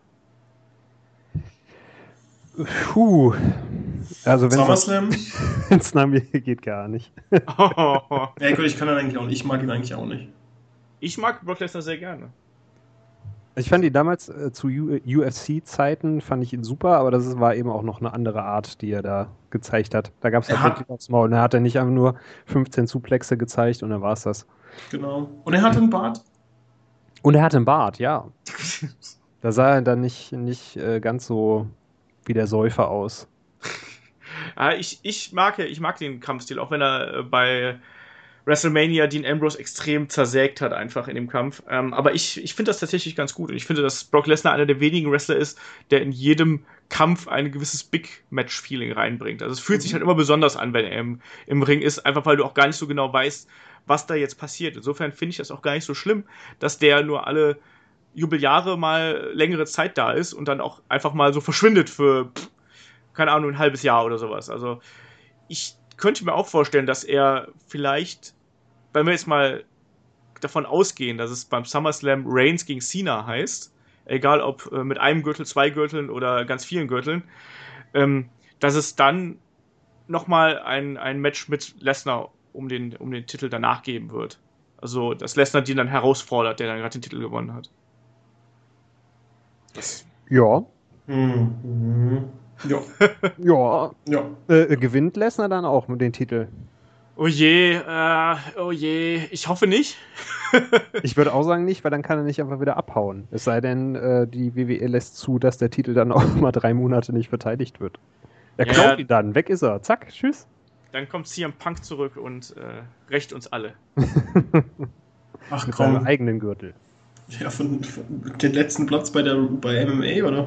S3: Puh. Also wenn
S4: SummerSlam?
S3: es nach mir geht, gar nicht.
S4: Oh. Ja gut, ich kann ihn eigentlich auch nicht. Ich mag ihn eigentlich auch nicht.
S2: Ich mag Brock Lesnar sehr gerne.
S3: Ich fand ihn damals äh, zu U F C-Zeiten fand ich ihn super, aber das war eben auch noch eine andere Art, die er da gezeigt hat. Da gab es halt wirklich aufs Maul. Und er hat dann nicht einfach nur fünfzehn Suplexe gezeigt und dann war es das.
S4: Genau. Und er hatte einen Bart.
S3: Und er hatte einen Bart, ja. Da sah er dann nicht, nicht äh, ganz so wie der Säufer aus.
S2: Ja, ich, ich, mag, ich mag den Kampfstil, auch wenn er äh, bei WrestleMania Dean Ambrose extrem zersägt hat einfach in dem Kampf. Ähm, aber ich, ich finde das tatsächlich ganz gut. Und ich finde, dass Brock Lesnar einer der wenigen Wrestler ist, der in jedem Kampf ein gewisses Big-Match-Feeling reinbringt. Also es fühlt mhm. sich halt immer besonders an, wenn er im, im Ring ist, einfach weil du auch gar nicht so genau weißt, was da jetzt passiert. Insofern finde ich das auch gar nicht so schlimm, dass der nur alle Jubeljahre mal längere Zeit da ist und dann auch einfach mal so verschwindet für, pff, keine Ahnung, ein halbes Jahr oder sowas. Also ich könnte mir auch vorstellen, dass er vielleicht, wenn wir jetzt mal davon ausgehen, dass es beim SummerSlam Reigns gegen Cena heißt, egal ob äh, mit einem Gürtel, zwei Gürteln oder ganz vielen Gürteln, ähm, dass es dann nochmal ein, ein Match mit Lesnar um den, um den Titel danach geben wird. Also, dass Lesnar den dann herausfordert, der dann gerade den Titel gewonnen hat.
S3: Das ja.
S4: Mhm. Ja.
S3: ja.
S4: ja.
S3: Äh, gewinnt Lesnar dann auch mit dem Titel?
S2: Oh je, äh, oh je, ich hoffe nicht.
S3: Ich würde auch sagen nicht, weil dann kann er nicht einfach wieder abhauen. Es sei denn, äh, die W W E lässt zu, dass der Titel dann auch mal drei Monate nicht verteidigt wird. Er klaut ja, ihn dann, weg ist er, zack, tschüss.
S2: Dann kommt C M Punk zurück und äh, rächt uns alle.
S4: Ach
S3: mit
S4: komm.
S3: seinem eigenen Gürtel.
S4: Ja, von, von den letzten Platz bei der bei M M A, oder?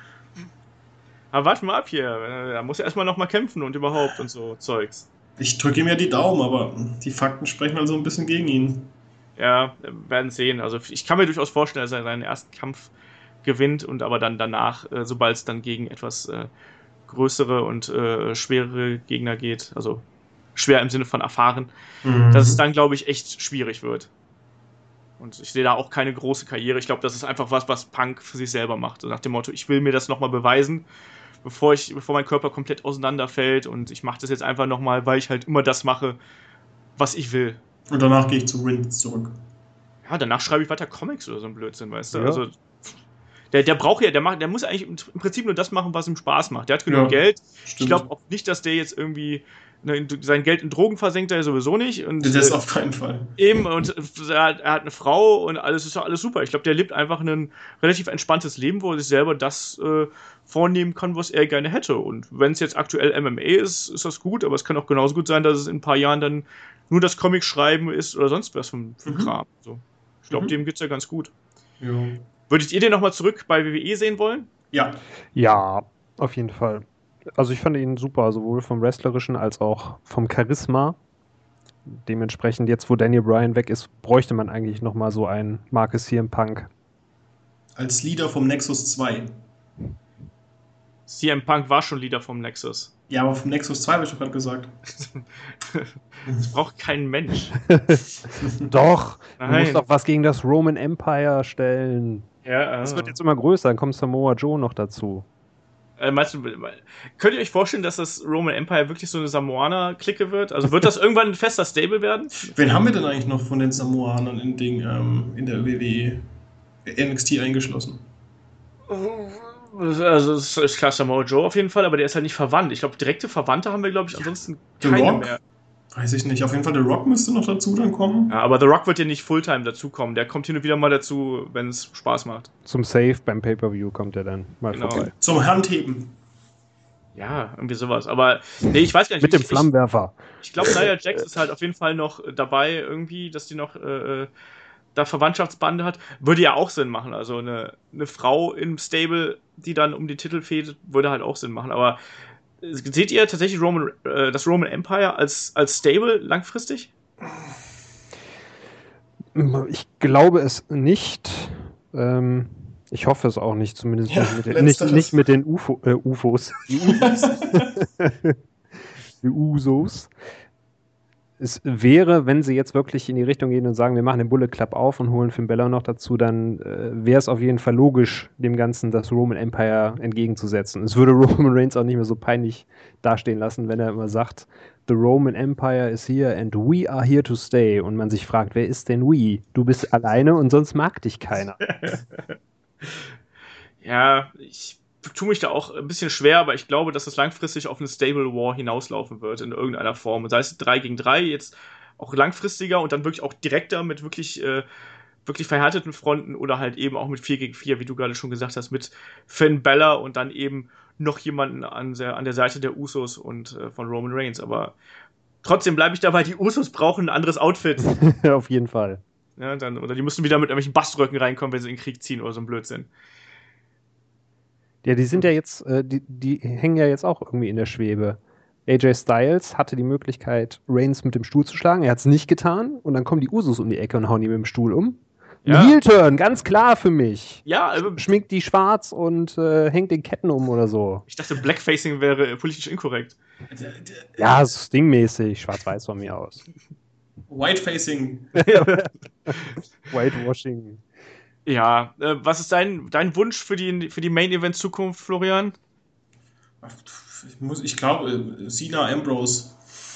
S2: Aber warte mal ab hier, da muss er erstmal nochmal kämpfen und überhaupt und so Zeugs.
S4: Ich drücke ihm ja die Daumen, aber die Fakten sprechen halt so ein bisschen gegen ihn.
S2: Ja, werden sehen. Also ich kann mir durchaus vorstellen, dass er seinen ersten Kampf gewinnt und aber dann danach, äh, sobald es dann gegen etwas äh, größere und äh, schwerere Gegner geht, also schwer im Sinne von erfahren, mhm. dass es dann, glaube ich, echt schwierig wird. Und ich sehe da auch keine große Karriere. Ich glaube, das ist einfach was, was Punk für sich selber macht. So nach dem Motto, ich will mir das nochmal beweisen, bevor ich, bevor mein Körper komplett auseinanderfällt und ich mache das jetzt einfach nochmal, weil ich halt immer das mache, was ich will.
S4: Und danach gehe ich zu Rinds zurück.
S2: Ja, danach schreibe ich weiter Comics oder so ein Blödsinn, weißt du?
S3: Ja.
S2: Also der, der braucht ja, der macht, der muss eigentlich im Prinzip nur das machen, was ihm Spaß macht. Der hat genug ja, Geld.
S4: Stimmt.
S2: Ich glaube auch nicht, dass der jetzt irgendwie ne, sein Geld in Drogen versenkt, er sowieso nicht. Und,
S4: das ist
S2: äh,
S4: auf keinen Fall.
S2: Eben, und er hat, er hat eine Frau und alles ist doch alles super. Ich glaube, der lebt einfach ein relativ entspanntes Leben, wo er sich selber das äh, vornehmen kann, was er gerne hätte. Und wenn es jetzt aktuell M M A ist, ist das gut, aber es kann auch genauso gut sein, dass es in ein paar Jahren dann nur das Comic schreiben ist oder sonst was für, für mhm. Kram. So. Ich glaube, mhm. dem geht's ja ganz gut.
S4: Ja.
S2: Würdet ihr den nochmal zurück bei W W E sehen wollen?
S4: Ja.
S3: Ja, auf jeden Fall. Also ich fand ihn super, sowohl vom Wrestlerischen als auch vom Charisma. Dementsprechend, jetzt wo Daniel Bryan weg ist, bräuchte man eigentlich nochmal so einen Marcus C M Punk.
S4: Als Leader vom Nexus zwei.
S2: C M Punk war schon Leader vom Nexus.
S4: Ja, aber vom Nexus zwei habe ich doch gerade gesagt.
S2: Das braucht kein Mensch.
S3: Doch,
S2: Nein.
S3: du musst doch was gegen das Roman Empire stellen.
S2: Ja, also.
S3: Das wird jetzt immer größer, dann kommt Samoa Joe noch dazu.
S2: Äh, meinst du, könnt ihr euch vorstellen, dass das Roman Empire wirklich so eine Samoaner-Clique wird? Also wird das irgendwann ein fester Stable werden?
S4: Wen haben wir denn eigentlich noch von den Samoanern in, den, ähm, in der W W E N X T eingeschlossen?
S2: Also es ist klar Samoa Joe auf jeden Fall, aber der ist halt nicht verwandt. Ich glaube, direkte Verwandte haben wir, glaube ich, ansonsten
S4: The
S2: keine
S4: Rock?
S2: mehr.
S4: Weiß ich nicht. Auf jeden Fall, The Rock müsste noch dazu dann kommen.
S2: Ja, aber The Rock wird ja nicht Fulltime dazukommen. Der kommt hin und wieder mal dazu, wenn es Spaß macht.
S3: Zum Save beim Pay-Per-View kommt er dann mal
S2: Genau.
S3: vorbei.
S4: Zum Handheben.
S2: Ja, irgendwie sowas. Aber nee, ich weiß gar nicht.
S3: Mit dem
S2: ich,
S3: Flammenwerfer.
S2: Ich, ich glaube, Nia Jax ist halt auf jeden Fall noch dabei irgendwie, dass die noch äh, da Verwandtschaftsbande hat. Würde ja auch Sinn machen. Also eine, eine Frau im Stable, die dann um den Titel fädet, würde halt auch Sinn machen. Aber seht ihr tatsächlich Roman, äh, das Roman Empire als, als Stable langfristig?
S3: Ich glaube es nicht. Ähm, ich hoffe es auch nicht, zumindest
S4: Ja,
S3: nicht, mit den, nicht,
S4: letzteres.
S3: nicht mit den UFO, äh, U F Os. Die U F Os. Die Usos. Es wäre, wenn sie jetzt wirklich in die Richtung gehen und sagen, wir machen den Bullet Club auf und holen Finn Balor noch dazu, dann äh, wäre es auf jeden Fall logisch, dem Ganzen das Roman Empire entgegenzusetzen. Es würde Roman Reigns auch nicht mehr so peinlich dastehen lassen, wenn er immer sagt, The Roman Empire is here and we are here to stay. Und man sich fragt, wer ist denn we? Du bist alleine und sonst mag dich keiner.
S2: Ja, ich tue mich da auch ein bisschen schwer, aber ich glaube, dass das langfristig auf eine Stable War hinauslaufen wird in irgendeiner Form. Sei es drei gegen drei, jetzt auch langfristiger und dann wirklich auch direkter mit wirklich, äh, wirklich verhärteten Fronten oder halt eben auch mit vier gegen vier, wie du gerade schon gesagt hast, mit Finn Balor und dann eben noch jemanden an der, an der Seite der Usos und äh, von Roman Reigns. Aber trotzdem bleibe ich dabei, die Usos brauchen ein anderes Outfit.
S3: Auf jeden Fall.
S2: Ja, dann, oder die müssen wieder mit irgendwelchen Baströcken reinkommen, wenn sie in den Krieg ziehen oder so ein Blödsinn.
S3: Ja, die sind ja jetzt, äh, die, die hängen ja jetzt auch irgendwie in der Schwebe. A J Styles hatte die Möglichkeit, Reigns mit dem Stuhl zu schlagen. Er hat es nicht getan. Und dann kommen die Usos um die Ecke und hauen ihn mit dem Stuhl um.
S2: Ja.
S3: Ein Heel-Turn, ganz klar für mich.
S2: Ja, also,
S3: Schminkt die schwarz und äh, hängt den Ketten um oder so.
S2: ich dachte, Blackfacing wäre politisch inkorrekt.
S3: Ja, stingmäßig. Schwarz-weiß von mir aus.
S4: Whitefacing.
S3: Whitewashing.
S2: Ja, äh, was ist dein, dein Wunsch für die, für die Main-Event-Zukunft, Florian?
S4: Ich, muss, ich glaube, Cena Ambrose.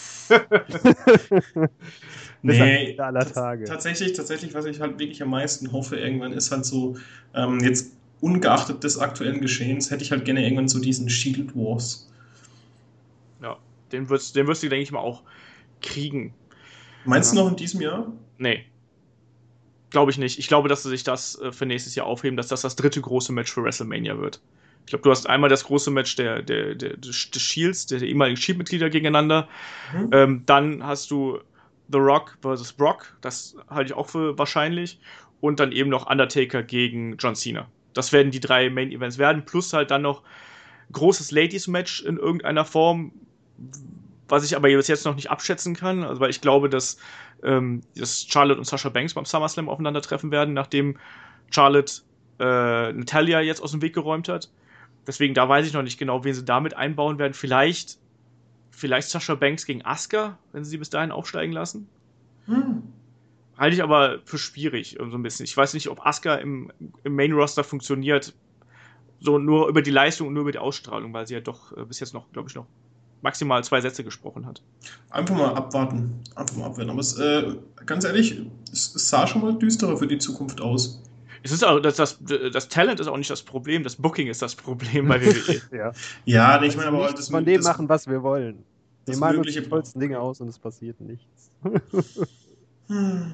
S4: Nee,
S3: aller Tage.
S4: tatsächlich, tatsächlich, was ich halt wirklich am meisten hoffe, irgendwann ist halt so, ähm, jetzt ungeachtet des aktuellen Geschehens, hätte ich halt gerne irgendwann so diesen Shield Wars.
S2: Ja, den wirst, den wirst du, denke ich mal, auch kriegen.
S4: Meinst
S2: Ja.
S4: du noch in diesem Jahr?
S2: Nee. Glaube ich nicht. Ich glaube, dass sie sich das äh, für nächstes Jahr aufheben, dass das das dritte große Match für WrestleMania wird. Ich glaube, du hast einmal das große Match der, der, der, des Shields, der ehemaligen Shield-Mitglieder gegeneinander.
S4: Mhm.
S2: Ähm, dann hast du The Rock versus Brock. Das halte ich auch für wahrscheinlich. Und dann eben noch Undertaker gegen John Cena. Das werden die drei Main-Events werden. Plus halt dann noch großes Ladies-Match in irgendeiner Form, was ich aber bis jetzt noch nicht abschätzen kann. Also, weil ich glaube, dass, ähm, dass Charlotte und Sasha Banks beim SummerSlam aufeinandertreffen werden, nachdem Charlotte äh, Natalya jetzt aus dem Weg geräumt hat. Deswegen, da weiß ich noch nicht genau, wen sie damit einbauen werden. Vielleicht, vielleicht Sasha Banks gegen Asuka, wenn sie sie bis dahin aufsteigen lassen.
S4: Hm.
S2: Halte ich aber für schwierig, so ein bisschen. Ich weiß nicht, ob Asuka im, im Main-Roster funktioniert, so nur über die Leistung und nur über die Ausstrahlung, weil sie ja doch äh, bis jetzt noch, glaube ich, noch maximal zwei Sätze gesprochen hat.
S4: Einfach mal abwarten. Einfach mal abwarten. Aber es, äh, ganz ehrlich, es, es sah schon mal düsterer für die Zukunft aus.
S2: Es ist auch, das, das, das Talent ist auch nicht das Problem, das Booking ist das Problem bei W W E.
S3: Ja.
S4: Ja, nee, ich meine aber
S3: Nichts
S4: halt das
S3: von dem
S4: das,
S3: machen, was wir wollen. Wir
S4: das
S3: malen uns
S4: mögliche
S3: die tollsten Dinge aus und es passiert nichts.
S4: Hm.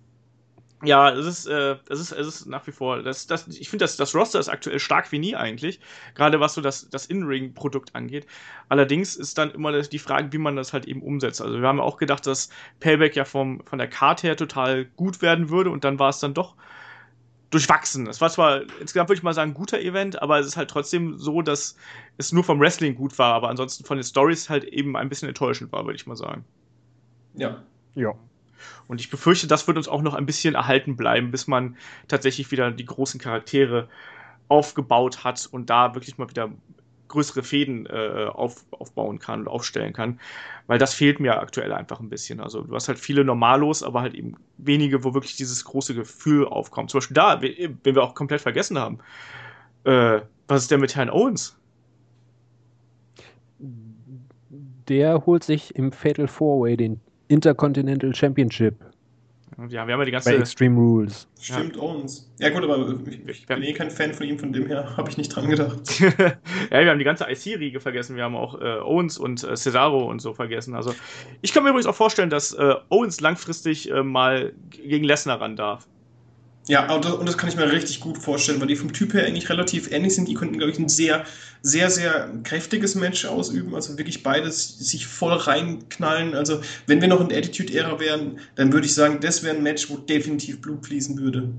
S2: Ja, es ist, äh, es ist, es ist nach wie vor, das, das, ich finde, das, das Roster ist aktuell stark wie nie eigentlich, gerade was so das, das In-Ring-Produkt angeht. Allerdings ist dann immer die Frage, wie man das halt eben umsetzt. Also wir haben ja auch gedacht, dass Payback ja vom, von der Card her total gut werden würde und dann war es dann doch durchwachsen. Es war zwar, insgesamt würde ich mal sagen, ein guter Event, aber es ist halt trotzdem so, dass es nur vom Wrestling gut war, aber ansonsten von den Stories halt eben ein bisschen enttäuschend war, würde ich mal sagen.
S4: Ja.
S3: Ja.
S2: Und ich befürchte, das wird uns auch noch ein bisschen erhalten bleiben, bis man tatsächlich wieder die großen Charaktere aufgebaut hat und da wirklich mal wieder größere Fäden äh, auf, aufbauen kann und aufstellen kann, weil das fehlt mir aktuell einfach ein bisschen. Also du hast halt viele Normalos, aber halt eben wenige, wo wirklich dieses große Gefühl aufkommt. Zum Beispiel da, den wir auch komplett vergessen haben. Äh, was ist denn mit Herrn Owens?
S3: Der holt sich im Fatal Four-Way den Intercontinental Championship.
S2: Ja, wir haben ja die ganze...
S3: Bei Extreme Rules.
S4: Stimmt, ja. Owens. Ja gut, aber ich, ich bin eh kein Fan von ihm, von dem her habe ich nicht dran gedacht.
S2: Ja, wir haben die ganze I C-Riege vergessen, wir haben auch äh, Owens und äh, Cesaro und so vergessen. Also ich kann mir übrigens auch vorstellen, dass äh, Owens langfristig äh, mal gegen Lesnar ran darf.
S4: Ja, und das, und das kann ich mir richtig gut vorstellen, weil die vom Typ her eigentlich relativ ähnlich sind. Die könnten, glaube ich, ein sehr, sehr, sehr kräftiges Match ausüben. Also wirklich beides sich voll reinknallen. Also wenn wir noch in der Attitude-Ära wären, dann würde ich sagen, das wäre ein Match, wo definitiv Blut fließen würde.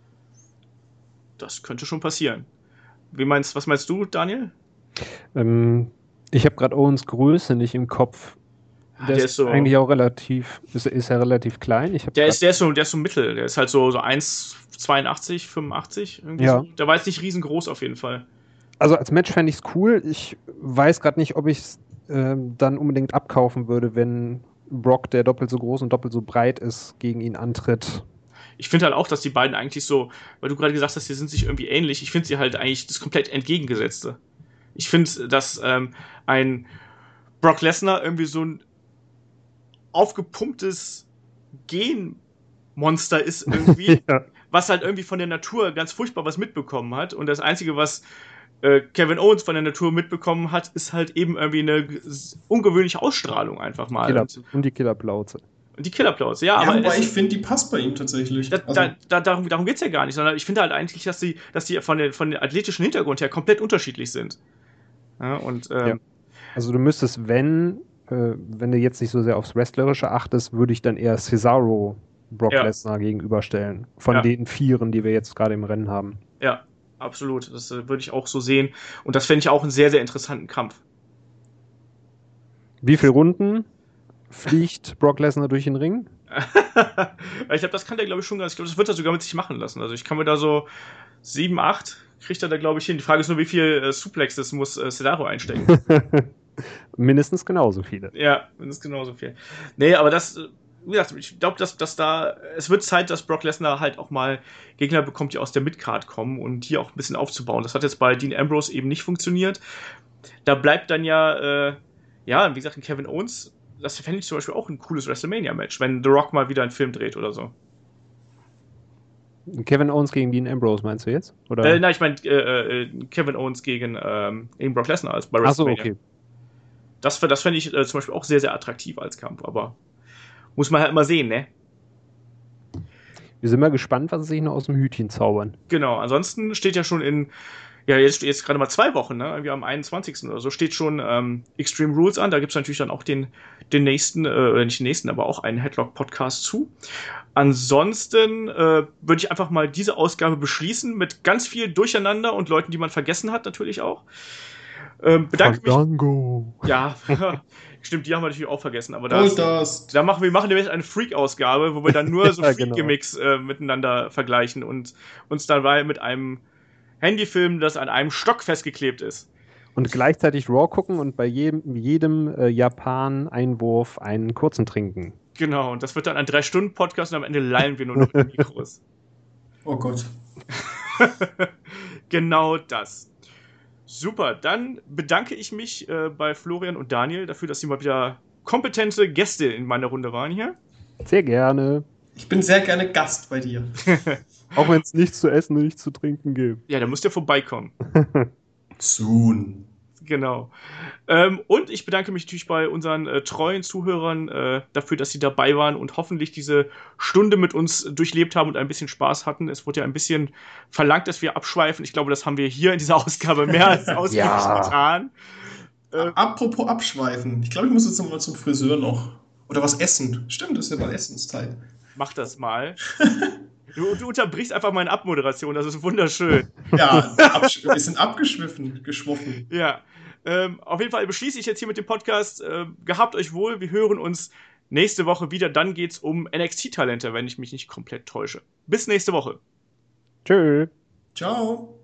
S2: Das könnte schon passieren. Wie meinst, was meinst du, Daniel?
S3: Ähm, ich habe gerade Owens Größe nicht im Kopf. Der,
S2: der
S3: ist,
S2: ist so,
S3: eigentlich auch relativ, ist, ist er relativ klein. Ich
S2: der, ist, der, ist so, der ist so mittel. Der ist halt so, so eins Komma zweiundachtzig, fünfundachtzig. Irgendwie
S3: ja.
S2: So. Der war jetzt nicht riesengroß auf jeden Fall.
S3: Also als Match fände ich es cool. Ich weiß gerade nicht, ob ich es äh, dann unbedingt abkaufen würde, wenn Brock, der doppelt so groß und doppelt so breit ist, gegen ihn antritt.
S2: Ich finde halt auch, dass die beiden eigentlich so, weil du gerade gesagt hast, die sind sich irgendwie ähnlich, ich finde sie halt eigentlich das komplett Entgegengesetzte. Ich finde, dass ähm, ein Brock Lesnar irgendwie so ein aufgepumptes Genmonster ist irgendwie, ja. Was halt irgendwie von der Natur ganz furchtbar was mitbekommen hat. Und das Einzige, was äh, Kevin Owens von der Natur mitbekommen hat, ist halt eben irgendwie eine ungewöhnliche Ausstrahlung einfach mal.
S3: Killer, und die Killerplauze.
S2: Und die Killerplauze, ja.
S4: Ja,
S2: aber
S4: wobei
S2: es,
S4: ich finde, die passt bei ihm tatsächlich.
S2: Da,
S4: also,
S2: da, da, darum darum geht es ja gar nicht, sondern ich finde halt eigentlich, dass die, dass die von den, von den athletischen Hintergrund her komplett unterschiedlich sind. Ja, und, ähm, ja.
S3: Also du müsstest, wenn, äh, wenn du jetzt nicht so sehr aufs Wrestlerische achtest, würde ich dann eher Cesaro Brock ja. Lesnar gegenüberstellen. Von ja. den Vieren, die wir jetzt gerade im Rennen haben.
S2: Ja, absolut. Das äh, würde ich auch so sehen. Und das fände ich auch einen sehr, sehr interessanten Kampf.
S3: Wie viele Runden fliegt Brock Lesnar durch den Ring?
S2: Ich glaube, das kann der, glaube ich, schon ganz. Ich glaube, das wird er sogar mit sich machen lassen. Also ich kann mir da so sieben, acht kriegt er da, glaube ich, hin. Die Frage ist nur, wie viel äh, Suplexes muss äh, Cesaro einstecken.
S3: Mindestens genauso viele.
S2: Ja, mindestens genauso viel. Nee, aber das, wie gesagt, ich glaube, dass, dass da, es wird Zeit, dass Brock Lesnar halt auch mal Gegner bekommt, die aus der Midcard kommen und hier auch ein bisschen aufzubauen. Das hat jetzt bei Dean Ambrose eben nicht funktioniert. Da bleibt dann ja, äh, ja, wie gesagt, ein Kevin Owens. Das fände ich zum Beispiel auch ein cooles WrestleMania-Match, wenn The Rock mal wieder einen Film dreht oder so.
S3: Kevin Owens gegen Dean Ambrose, meinst du jetzt? Oder?
S2: Äh, nein, ich meine äh, äh, Kevin Owens gegen, ähm, gegen Brock Lesnar als bei WrestleMania. Ach so, okay. Das, das fände ich äh, zum Beispiel auch sehr, sehr attraktiv als Kampf, aber muss man halt mal sehen, ne?
S3: Wir sind mal gespannt, was sie sich noch aus dem Hütchen zaubern.
S2: Genau, ansonsten steht ja schon in, ja, jetzt, jetzt gerade mal zwei Wochen, ne? Irgendwie am einundzwanzigsten oder so, steht schon ähm, Extreme Rules an. Da gibt es natürlich dann auch den, den nächsten, äh, oder nicht den nächsten, aber auch einen Headlock-Podcast zu. Ansonsten äh, würde ich einfach mal diese Ausgabe beschließen mit ganz viel Durcheinander und Leuten, die man vergessen hat, natürlich auch. Ähm, bedanke
S3: Fandango.
S2: mich. Ja, stimmt, die haben wir natürlich auch vergessen. Aber
S4: das,
S2: das. Da machen wir machen nämlich eine Freak-Ausgabe, wo wir dann nur so ja, Freak-Gimmicks genau. äh, miteinander vergleichen und uns dabei mit einem Handyfilm, das an einem Stock festgeklebt ist.
S3: Und gleichzeitig Raw gucken und bei jedem, jedem äh, Japan-Einwurf einen kurzen trinken.
S2: Genau, und das wird dann ein drei Stunden Podcast und am Ende lallen wir nur noch in Mikros.
S4: Oh Gott.
S2: Genau das. Super, dann bedanke ich mich äh, bei Florian und Daniel dafür, dass sie mal wieder kompetente Gäste in meiner Runde waren hier.
S3: Sehr gerne.
S4: Ich bin sehr gerne Gast bei dir.
S3: Auch wenn es nichts zu essen und nichts zu trinken gibt.
S2: Ja, da müsst ihr vorbeikommen.
S4: Soon.
S2: Genau. Ähm, und ich bedanke mich natürlich bei unseren äh, treuen Zuhörern äh, dafür, dass sie dabei waren und hoffentlich diese Stunde mit uns durchlebt haben und ein bisschen Spaß hatten. Es wurde ja ein bisschen verlangt, dass wir abschweifen. Ich glaube, das haben wir hier in dieser Ausgabe mehr als ausgiebig ja. getan.
S4: Äh, Apropos abschweifen. Ich glaube, ich muss jetzt nochmal zum Friseur noch. Oder was essen. Stimmt, das ist ja mal Essenszeit.
S2: Mach das mal. Du, du unterbrichst einfach meine Abmoderation, das ist wunderschön.
S4: Ja, wir sind abgeschwiffen, geschwoffen.
S2: Ja, ähm, auf jeden Fall beschließe ich jetzt hier mit dem Podcast. Äh, gehabt euch wohl, wir hören uns nächste Woche wieder. Dann geht's um N X T-Talente, wenn ich mich nicht komplett täusche. Bis nächste Woche.
S3: Tschö.
S4: Ciao.